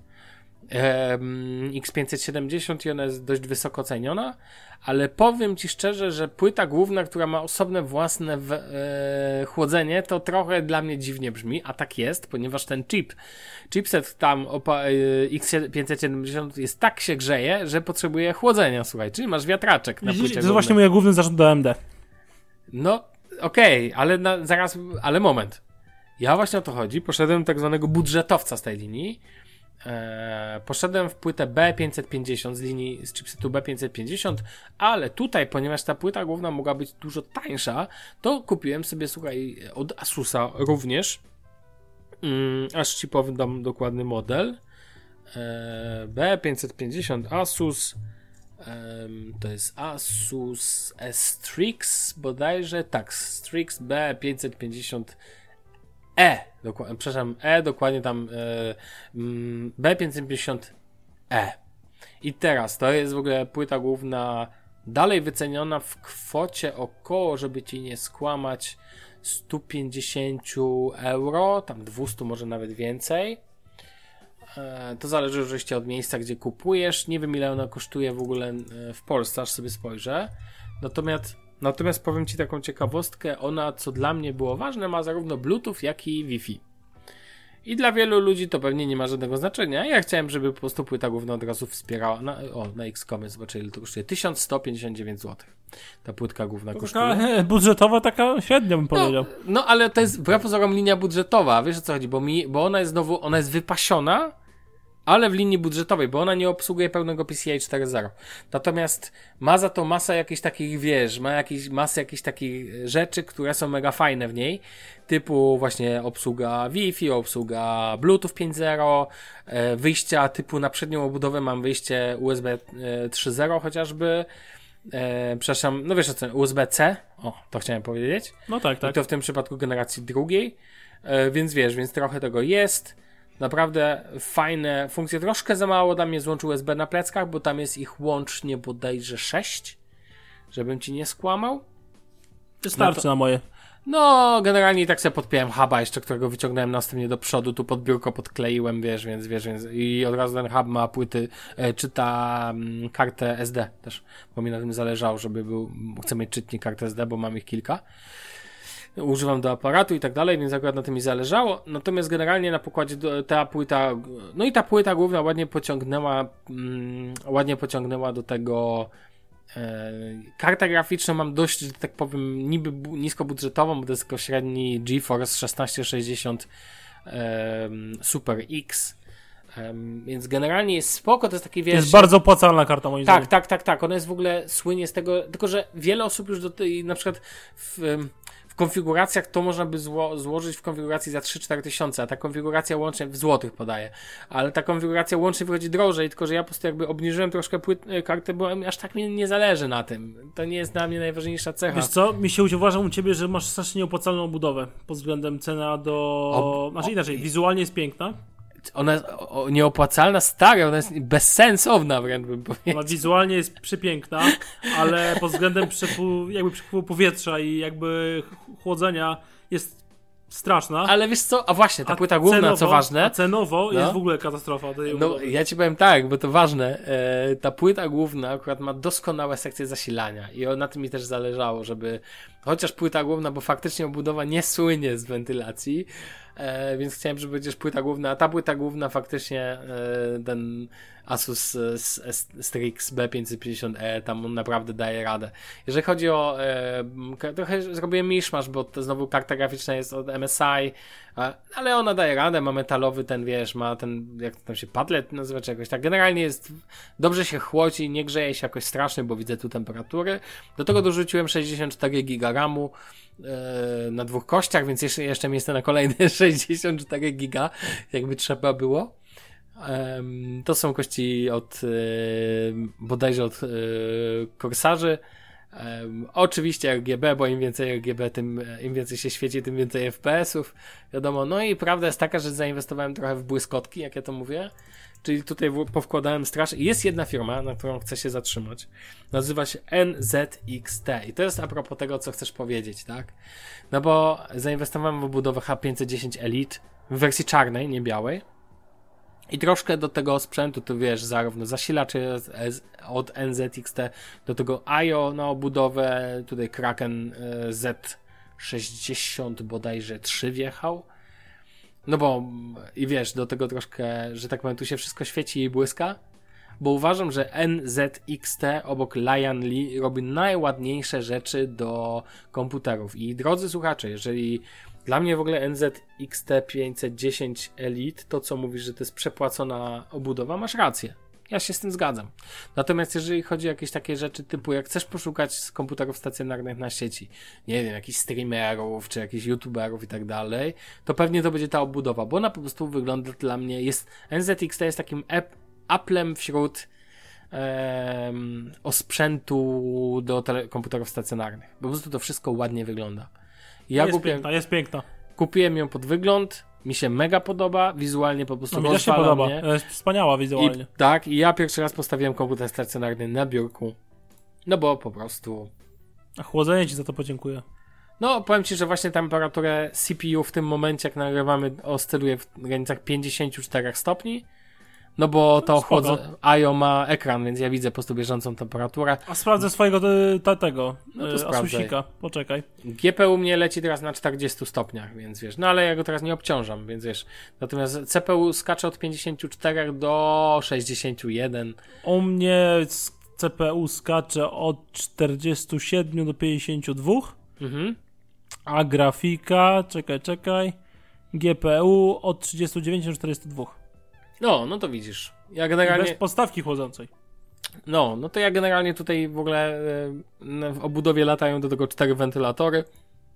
X pięćset siedemdziesiąt i ona jest dość wysoko ceniona, ale powiem ci szczerze, że płyta główna, która ma osobne własne w, e, chłodzenie, to trochę dla mnie dziwnie brzmi, a tak jest, ponieważ ten chip, chipset tam opa, e, X pięćset siedemdziesiąt jest tak się grzeje, że potrzebuje chłodzenia, słuchaj, czyli masz wiatraczek na płycie. To jest właśnie mój główny zarzut do A M D. No, okej, okay, ale na, zaraz, ale moment. Ja właśnie o to chodzi, poszedłem tak zwanego budżetowca z tej linii. Eee, poszedłem w płytę B pięćset pięćdziesiąt z linii z chipsetu B pięćset pięćdziesiąt, ale tutaj, ponieważ ta płyta główna mogła być dużo tańsza, to kupiłem sobie, słuchaj, od Asusa również, mm, aż ci powiem dokładny model, eee, B pięćset pięćdziesiąt Asus, eee, to jest Asus Strix bodajże, tak, Strix B pięćset pięćdziesiąt E, dokładnie, przepraszam, E, dokładnie tam e, B pięćset pięćdziesiąt E. I teraz to jest w ogóle płyta główna dalej wyceniona w kwocie około, żeby ci nie skłamać, sto pięćdziesiąt euro, tam dwieście może nawet więcej. To zależy oczywiście od miejsca, gdzie kupujesz. Nie wiem, ile ona kosztuje w ogóle w Polsce, aż sobie spojrzę. Natomiast, natomiast powiem Ci taką ciekawostkę. Ona, co dla mnie było ważne, ma zarówno Bluetooth, jak i Wi-Fi. I dla wielu ludzi to pewnie nie ma żadnego znaczenia. Ja chciałem, żeby po prostu płyta główna od razu wspierała. Na, o, na X komie zobaczę, ile to kosztuje. tysiąc sto pięćdziesiąt dziewięć złotych. Ta płytka główna to kosztuje. Taka budżetowa, taka średnio bym powiedział. No, no ale to jest wbrew pozorom linia budżetowa. Wiesz o co chodzi? Bo, mi, bo ona jest znowu, ona jest wypasiona, ale w linii budżetowej, bo ona nie obsługuje pełnego P C I cztery zero. Natomiast ma za to masę jakichś takich, wiesz, ma jakieś, masę jakichś takich rzeczy, które są mega fajne w niej, typu właśnie obsługa Wi-Fi, obsługa Bluetooth pięć zero, e, wyjścia typu na przednią obudowę mam wyjście U S B trzy zero chociażby, e, przepraszam, no wiesz o co, U S B C, o, to chciałem powiedzieć. No tak, tak. I to w tym przypadku generacji drugiej, e, więc wiesz, więc trochę tego jest. Naprawdę fajne funkcje. Troszkę za mało dla mnie złącz U S B na pleckach, bo tam jest ich łącznie bodajże sześć. Żebym ci nie skłamał. Wystarczy no to, na moje. No, generalnie tak sobie podpiąłem huba jeszcze, którego wyciągnąłem następnie do przodu. Tu pod biurko podkleiłem, wiesz, więc wiesz, więc i od razu ten hub ma płyty, e, czyta m, kartę S D też, bo mi na tym zależało, żeby był, chcę mieć czytnik kart S D, bo mam ich kilka. Używam do aparatu i tak dalej, więc akurat na tym mi zależało. Natomiast generalnie na pokładzie do, ta płyta, no i ta płyta główna ładnie pociągnęła, mm, ładnie pociągnęła do tego e, kartę graficzną mam dość, że tak powiem, niby bu, niskobudżetową, bo to jest tylko średni GeForce szesnaście sześćdziesiąt e, Super X. Um, więc generalnie jest spoko, to jest taki, wiesz... To jest bardzo opłacalna karta, moim zdaniem. Tak, tak, tak, tak. Ona jest w ogóle, słynie z tego, tylko że wiele osób już do tej, na przykład w, w konfiguracjach to można by zło, złożyć w konfiguracji za trzy cztery tysiące, a ta konfiguracja łącznie w złotych podaje, ale ta konfiguracja łącznie wychodzi drożej, tylko że ja po prostu jakby obniżyłem troszkę płyt, kartę, bo aż tak mi nie zależy na tym. To nie jest dla mnie najważniejsza cecha. Wiesz co, mi się uważam u ciebie, że masz strasznie nieopłacalną budowę pod względem cena do... O, znaczy inaczej, o, wizualnie jest piękna. Ona jest o, o, nieopłacalna, stara, ona jest bezsensowna wręcz bym powiedział. Ona wizualnie jest przepiękna, ale pod względem przepływu, jakby przepływu powietrza i jakby chłodzenia jest straszna. Ale wiesz co, a właśnie, ta a płyta główna, cenowo, co ważne. A cenowo no. jest w ogóle katastrofa. No, ja ci powiem tak, bo to ważne. E, ta płyta główna akurat ma doskonałe sekcje zasilania i na tym mi też zależało, żeby chociaż płyta główna, bo faktycznie obudowa nie słynie z wentylacji, e, więc chciałem, żeby chociaż płyta główna, a ta płyta główna faktycznie e, ten Asus Strix B pięćset pięćdziesiąt E tam on naprawdę daje radę. Jeżeli chodzi o e, trochę zrobiłem miszmasz, bo to znowu karta graficzna jest od M S I, a, ale ona daje radę, ma metalowy ten, wiesz, ma ten, jak tam się padlet nazywa, czy jakoś tak. Generalnie jest, dobrze się chłodzi, nie grzeje się jakoś strasznie, bo widzę tu temperatury. Do tego dorzuciłem sześćdziesiąt cztery giga ramu e, na dwóch kościach, więc jeszcze, jeszcze miejsce na kolejne sześćdziesiąt cztery giga, jakby trzeba było. Um, to są kości od e, bodajże od e, Corsarzy. Um, oczywiście R G B, bo im więcej R G B, tym im więcej się świeci, tym więcej F P S ów. Wiadomo, no i prawda jest taka, że zainwestowałem trochę w błyskotki, jak ja to mówię. Czyli tutaj w, powkładałem strasznie. Jest jedna firma, na którą chcę się zatrzymać. Nazywa się N Z X T. I to jest a propos tego, co chcesz powiedzieć, tak? No bo zainwestowałem w obudowę H pięćset dziesięć Elite w wersji czarnej, nie białej. I troszkę do tego sprzętu, tu wiesz, zarówno zasilacze od N Z X T, do tego I O na obudowę, tutaj Kraken Z sześćdziesiąt bodajże trzy wjechał. No bo, i wiesz, do tego troszkę, że tak powiem, tu się wszystko świeci i błyska, bo uważam, że N Z X T obok Lion Lee robi najładniejsze rzeczy do komputerów. I drodzy słuchacze, jeżeli dla mnie w ogóle N Z X T pięćset dziesięć Elite, to co mówisz, że to jest przepłacona obudowa, masz rację. Ja się z tym zgadzam. Natomiast jeżeli chodzi o jakieś takie rzeczy typu, jak chcesz poszukać z komputerów stacjonarnych na sieci, nie wiem, jakichś streamerów, czy jakichś youtuberów i tak dalej, to pewnie to będzie ta obudowa, bo ona po prostu wygląda dla mnie, jest, N Z X T jest takim Applem wśród um, osprzętu do tele- komputerów stacjonarnych. Po prostu to wszystko ładnie wygląda. Ja jest kupiłem, piękna, jest piękna. Kupiłem ją pod wygląd, mi się mega podoba, wizualnie po prostu no, mi też się podoba, mnie. Jest wspaniała wizualnie. I, tak, i ja pierwszy raz postawiłem komputer stacjonarny na biurku, no bo po prostu... A chłodzenie ci za to podziękuję. No, powiem Ci, że właśnie temperaturę C P U w tym momencie, jak nagrywamy, oscyluje w granicach pięćdziesiąt cztery stopni. No bo to chłodzo... I O ma ekran, więc ja widzę po prostu bieżącą temperaturę. A sprawdzę swojego te, tego no to Asusika. Poczekaj. G P U mnie leci teraz na czterdziestu stopniach, więc wiesz, no ale ja go teraz nie obciążam, więc wiesz. Natomiast C P U skacze od pięćdziesięciu czterech do sześćdziesięciu jeden. U mnie C P U skacze od czterdziestu siedmiu do pięćdziesięciu dwóch. Mhm. A grafika, czekaj, czekaj. G P U od trzydziestu dziewięciu do czterdziestu dwóch. No, no to widzisz. Ja generalnie... Bez podstawki chłodzącej. No, no to ja generalnie tutaj w ogóle w obudowie latają do tego cztery wentylatory.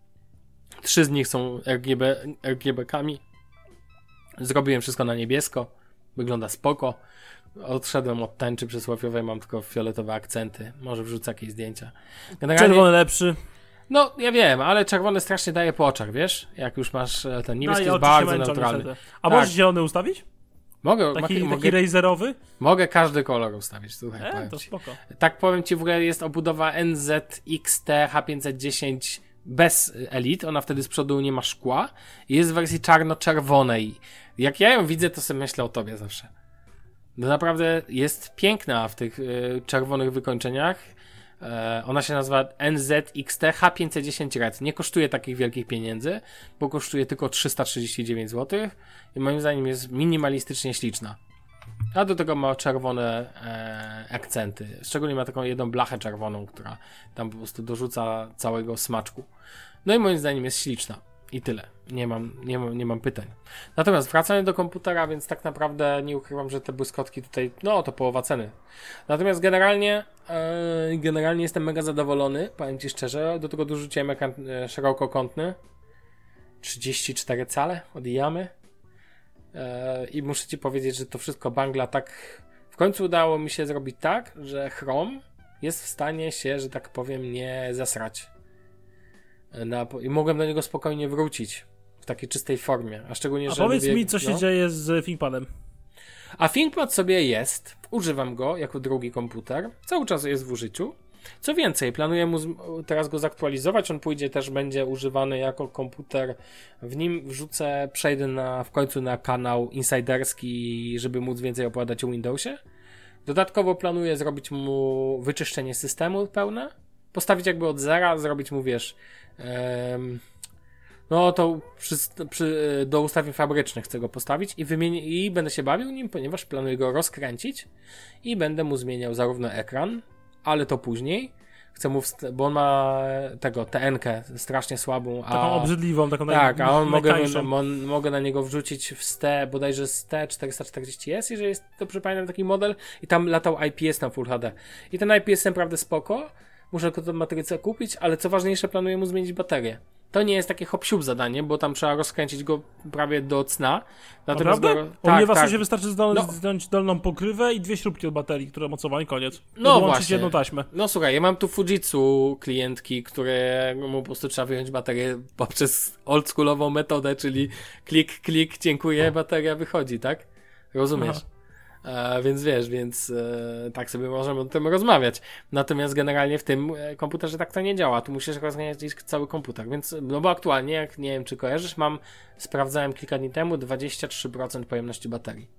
Trzy z nich są R G B, R G B-kami. Zrobiłem wszystko na niebiesko. Wygląda spoko. Odszedłem od tęczy przysłowiowej, mam tylko fioletowe akcenty. Może wrzucę jakieś zdjęcia. Generalnie... Czerwony lepszy. No, ja wiem, ale czerwony strasznie daje po oczach, wiesz? Jak już masz ten niebieski, no, jest bardzo neutralny. Niestety. A tak. Możesz zielony ustawić? Mogę. Taki, mogę, taki razerowy? Mogę każdy kolor ustawić, słuchaj, e, powiem to ci. spoko. Tak powiem ci, w ogóle jest obudowa N Z X T H pięćset dziesięć bez Elite, ona wtedy z przodu nie ma szkła i jest w wersji czarno-czerwonej. Jak ja ją widzę, to sobie myślę o tobie zawsze. No naprawdę jest piękna w tych y, czerwonych wykończeniach. E, ona się nazywa N Z X T H pięćset dziesięć Red. Nie kosztuje takich wielkich pieniędzy, bo kosztuje tylko trzysta trzydzieści dziewięć złotych i moim zdaniem jest minimalistycznie śliczna. A do tego ma czerwone e, akcenty. Szczególnie ma taką jedną blachę czerwoną, która tam po prostu dorzuca całego smaczku. No i moim zdaniem jest śliczna. I tyle. Nie mam, nie mam, nie mam pytań. Natomiast wracając do komputera, więc tak naprawdę nie ukrywam, że te błyskotki tutaj, no to połowa ceny. Natomiast generalnie e, generalnie jestem mega zadowolony, powiem ci szczerze. Do tego dorzuciłem ekran e, szerokokątny. trzydzieści cztery cale od Yamy. E, I muszę ci powiedzieć, że to wszystko bangla tak... W końcu udało mi się zrobić tak, że Chrome jest w stanie się, że tak powiem, nie zasrać. Na, i mogłem do niego spokojnie wrócić w takiej czystej formie, a szczególnie, a że powiedz lubię, mi, co się no. dzieje z ThinkPadem. A ThinkPad sobie jest, używam go jako drugi komputer, cały czas jest w użyciu. Co więcej, planuję mu z, teraz go zaktualizować, on pójdzie też, będzie używany jako komputer, w nim wrzucę, przejdę na, w końcu na kanał insiderski, żeby móc więcej opowiadać o Windowsie. Dodatkowo planuję zrobić mu wyczyszczenie systemu pełne, postawić jakby od zera, zrobić mu, wiesz, um, no to przy, przy, do ustawień fabrycznych chcę go postawić i, wymienię, i będę się bawił nim, ponieważ planuję go rozkręcić i będę mu zmieniał zarówno ekran, ale to później. Chcę mu, wst- bo on ma tego, T N-kę strasznie słabą. A, taką obrzydliwą, taką tak, naj, a on mogę, on, mogę na niego wrzucić w S T, bodajże S T czterysta czterdzieści S, jeżeli jest, dobrze pamiętam, taki model i tam latał I P S na Full H D. I ten I P S naprawdę spoko. Muszę tylko tę matrycę kupić, ale co ważniejsze, planuję mu zmienić baterię. To nie jest takie hop-siup zadanie, bo tam trzeba rozkręcić go prawie do cna. Natomiast naprawdę? Go... U tak, mnie w tak. Asusie wystarczy zdjąć, no. zdjąć dolną pokrywę i dwie śrubki od baterii, które mocowały, koniec. No właśnie. jedną taśmę. No słuchaj, ja mam tu Fujitsu klientki, które mu po prostu trzeba wyjąć baterię poprzez oldschoolową metodę, czyli klik, klik, dziękuję, bateria wychodzi, tak? Rozumiesz? E, więc wiesz, więc e, tak sobie możemy o tym rozmawiać. Natomiast generalnie w tym komputerze tak to nie działa. Tu musisz rozganiać cały komputer, więc no bo aktualnie, jak nie wiem czy kojarzysz, mam, sprawdzałem kilka dni temu, dwadzieścia trzy procent pojemności baterii.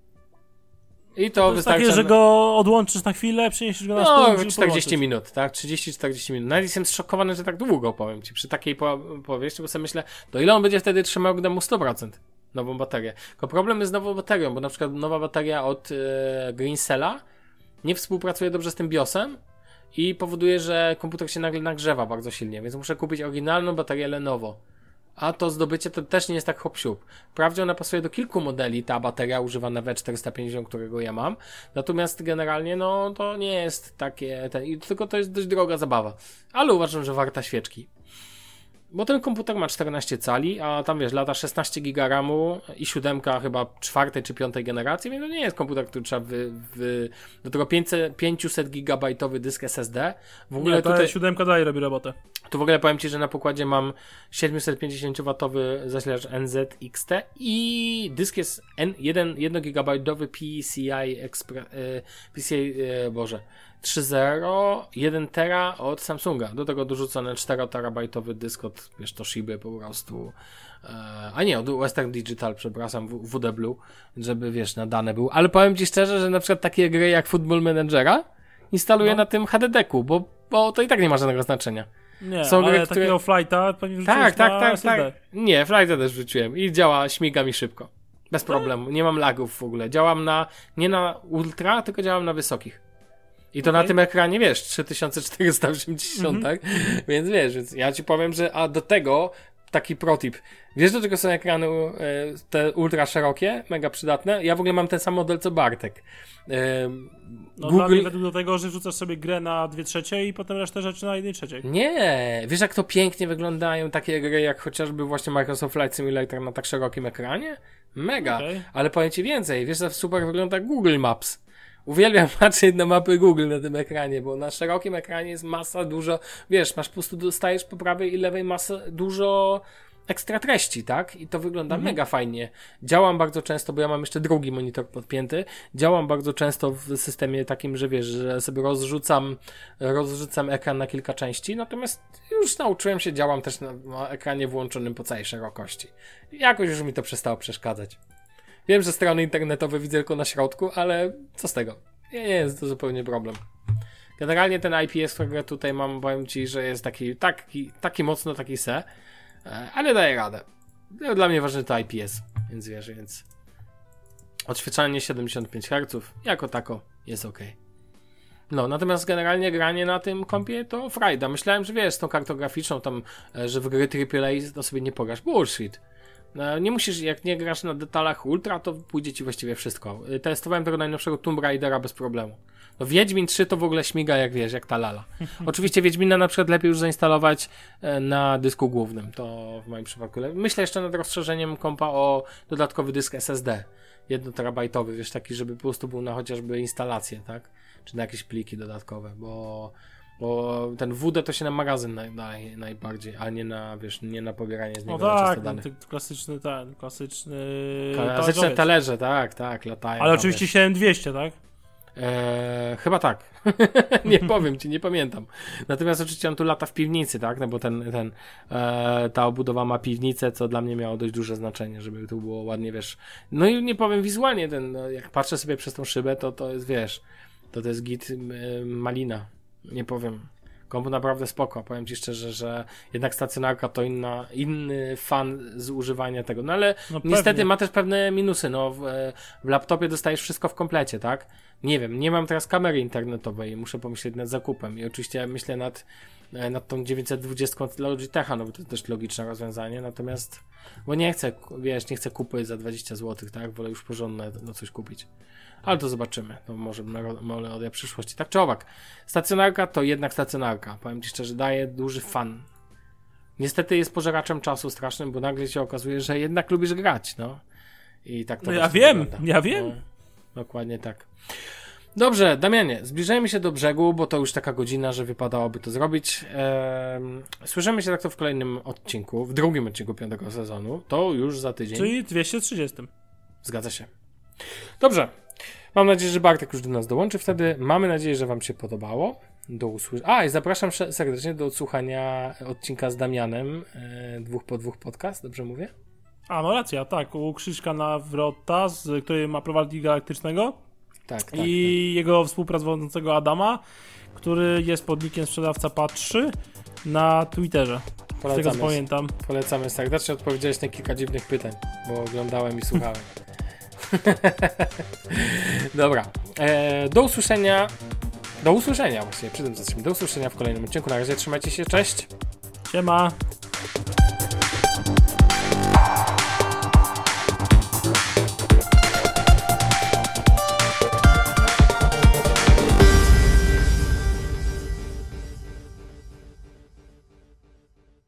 I to, to wystarcza... Takie, że go odłączysz na chwilę, przeniesiesz go na no, stół. No, czterdzieści minut, tak? trzydzieści czterdzieści minut. Nawet jestem zszokowany, że tak długo, powiem ci, przy takiej po- powieści, bo sobie myślę, to ile on będzie wtedy trzymał, gdy mu sto procent? Nową baterię. Tylko problem jest z nową baterią, bo na przykład nowa bateria od e, Greensella nie współpracuje dobrze z tym BIOSem i powoduje, że komputer się nagle nagrzewa bardzo silnie, więc muszę kupić oryginalną baterię Lenovo. A to zdobycie to też nie jest tak hop-siup. Wprawdzie ona pasuje do kilku modeli, ta bateria używana W czterysta pięćdziesiąt, którego ja mam, natomiast generalnie no to nie jest takie, ten, i tylko to jest dość droga zabawa. Ale uważam, że warta świeczki. Bo ten komputer ma czternaście cali, a tam wiesz, lata szesnaście giga ramu i siódemka chyba czwartej czy piątej generacji, więc to nie jest komputer, który trzeba wy, wy, do tego pięćset gigabajtowy dysk S S D. W ogóle nie, tutaj siódemka dalej robi robotę. Tu w ogóle powiem ci, że na pokładzie mam siedemset pięćdziesiąt watowy zasilacz N Z X T i dysk jest jeden gigabajtowy P C I Express, P C I, Boże, trzy zero, jeden tera od Samsunga. Do tego dorzucony czteroterabajtowy dysk od, wiesz, Toshiby po prostu. E, a nie, od Western Digital, przepraszam, W D Blue, żeby, wiesz, na dane był. Ale powiem ci szczerze, że na przykład takie gry jak Football Managera instaluję no. na tym H D D-ku, bo, bo to i tak nie ma żadnego znaczenia. Nie, Są ale gry, takiego które... flighta pewnie wrzuciłeś tak, tak, na tak, S S D. tak. Nie, flighta też wrzuciłem i działa, śmiga mi szybko. Bez problemu, nie mam lagów w ogóle. Działam na, nie na ultra, tylko działam na wysokich. I to okay. na tym ekranie, wiesz, trzy tysiące czterysta osiemdziesiąt, mm-hmm. tak? Więc wiesz, więc ja ci powiem, że a do tego taki protip. Wiesz, do czego są ekrany te ultra szerokie, mega przydatne? Ja w ogóle mam ten sam model co Bartek. No Google... dla mnie według do tego, że wrzucasz sobie grę na dwie trzecie i potem resztę rzeczy na jednej trzeciej. Nie, wiesz jak to pięknie wyglądają takie gry jak chociażby właśnie Microsoft Flight Simulator na tak szerokim ekranie? Mega, okay. Ale powiem ci więcej, wiesz jak super wygląda Google Maps. Uwielbiam patrzeć na mapy Google na tym ekranie, bo na szerokim ekranie jest masa dużo, wiesz, masz po prostu dostajesz po prawej i lewej masę dużo ekstra treści, tak? I to wygląda mhm. mega fajnie. Działam bardzo często, bo ja mam jeszcze drugi monitor podpięty, działam bardzo często w systemie takim, że wiesz, że sobie rozrzucam rozrzucam ekran na kilka części, natomiast już nauczyłem się, działam też na, na ekranie włączonym po całej szerokości. Jakoś już mi to przestało przeszkadzać. Wiem, że strony internetowe widzę tylko na środku, ale co z tego? Nie, nie jest to zupełnie problem. Generalnie ten I P S, którego tutaj mam, powiem ci, że jest taki, taki, taki mocno taki se, ale daje radę. Dla mnie ważny to I P S, więc wiesz, więc odświetlanie siedemdziesiąt pięć herców jako tako jest ok. No, natomiast generalnie granie na tym kompie to frajda. Myślałem, że wiesz, z tą kartą graficzną tam, że w gry triple A to sobie nie pograsz. Bullshit. Nie musisz, jak nie grasz na detalach ultra, to pójdzie ci właściwie wszystko. Testowałem tego najnowszego Tomb Raidera bez problemu. No Wiedźmin trzy to w ogóle śmiga jak wiesz, jak ta lala. Oczywiście Wiedźmina na przykład lepiej już zainstalować na dysku głównym. To w moim przypadku. Myślę jeszcze nad rozszerzeniem kompa o dodatkowy dysk S S D. Jednoterabajtowy, wiesz, taki, żeby po prostu był na chociażby instalację, tak? Czy na jakieś pliki dodatkowe, bo Bo ten W D to się na magazyn naj, naj, najbardziej, a nie na, wiesz, nie na pobieranie z niego no tak, czysto danych. No tak, klasyczny ten, klasyczny... Klasyczne talerze, tak, tak, latają. Ale oczywiście siedem dwieście, tak? Eee, chyba tak. Nie powiem ci, nie pamiętam. Natomiast oczywiście on tu lata w piwnicy, tak? No bo ten, ten e, ta obudowa ma piwnicę, co dla mnie miało dość duże znaczenie, żeby tu było ładnie, wiesz. No i nie powiem wizualnie, ten, no, jak patrzę sobie przez tą szybę, to to jest, wiesz, to to jest git e, malina. Nie powiem. Kompu naprawdę spoko. Powiem ci szczerze, że jednak stacjonarka to inna, inny fan z używania tego. No ale no niestety pewnie. Ma też pewne minusy. No w, w laptopie dostajesz wszystko w komplecie, tak? Nie wiem, nie mam teraz kamery internetowej. Muszę pomyśleć nad zakupem. I oczywiście myślę nad, nad tą dziewięćset dwadzieścia dla Logitecha, no bo to jest też logiczne rozwiązanie. Natomiast, bo nie chcę, wiesz, nie chcę kupy za dwadzieścia złotych, tak? Wolę już porządne no coś kupić. Ale to zobaczymy. To może melodia przyszłości. Tak czy owak. Stacjonarka to jednak stacjonarka. Powiem ci szczerze, daje duży fan. Niestety jest pożeraczem czasu strasznym, bo nagle się okazuje, że jednak lubisz grać, no. I tak to no ja wiem, wygląda. ja wiem. No, dokładnie tak. Dobrze, Damianie, zbliżajmy się do brzegu, bo to już taka godzina, że wypadałoby to zrobić. Ehm, słyszymy się tak to w kolejnym odcinku, w drugim odcinku piątego sezonu. To już za tydzień. Czyli dwieście trzydzieści. Zgadza się. Dobrze. Mam nadzieję, że Bartek już do nas dołączy wtedy. Mamy nadzieję, że wam się podobało. Do usłyszenia. A, i zapraszam serdecznie do odsłuchania odcinka z Damianem. E, dwóch po dwóch podcast, dobrze mówię? A, no racja, tak. U Krzyśka Nawrota, z który ma prowadzi Galaktycznego. Tak, tak. I tak. Jego współpracującego Adama, który jest podnikiem sprzedawca Patrzy na Twitterze. Z tego co pamiętam. Polecamy serdecznie. Odpowiedziałeś na kilka dziwnych pytań, bo oglądałem i słuchałem. Dobra. E, do usłyszenia. Do usłyszenia właściwie, przy tym zaczniemy. Do usłyszenia w kolejnym odcinku. Na razie trzymajcie się, cześć. Siema.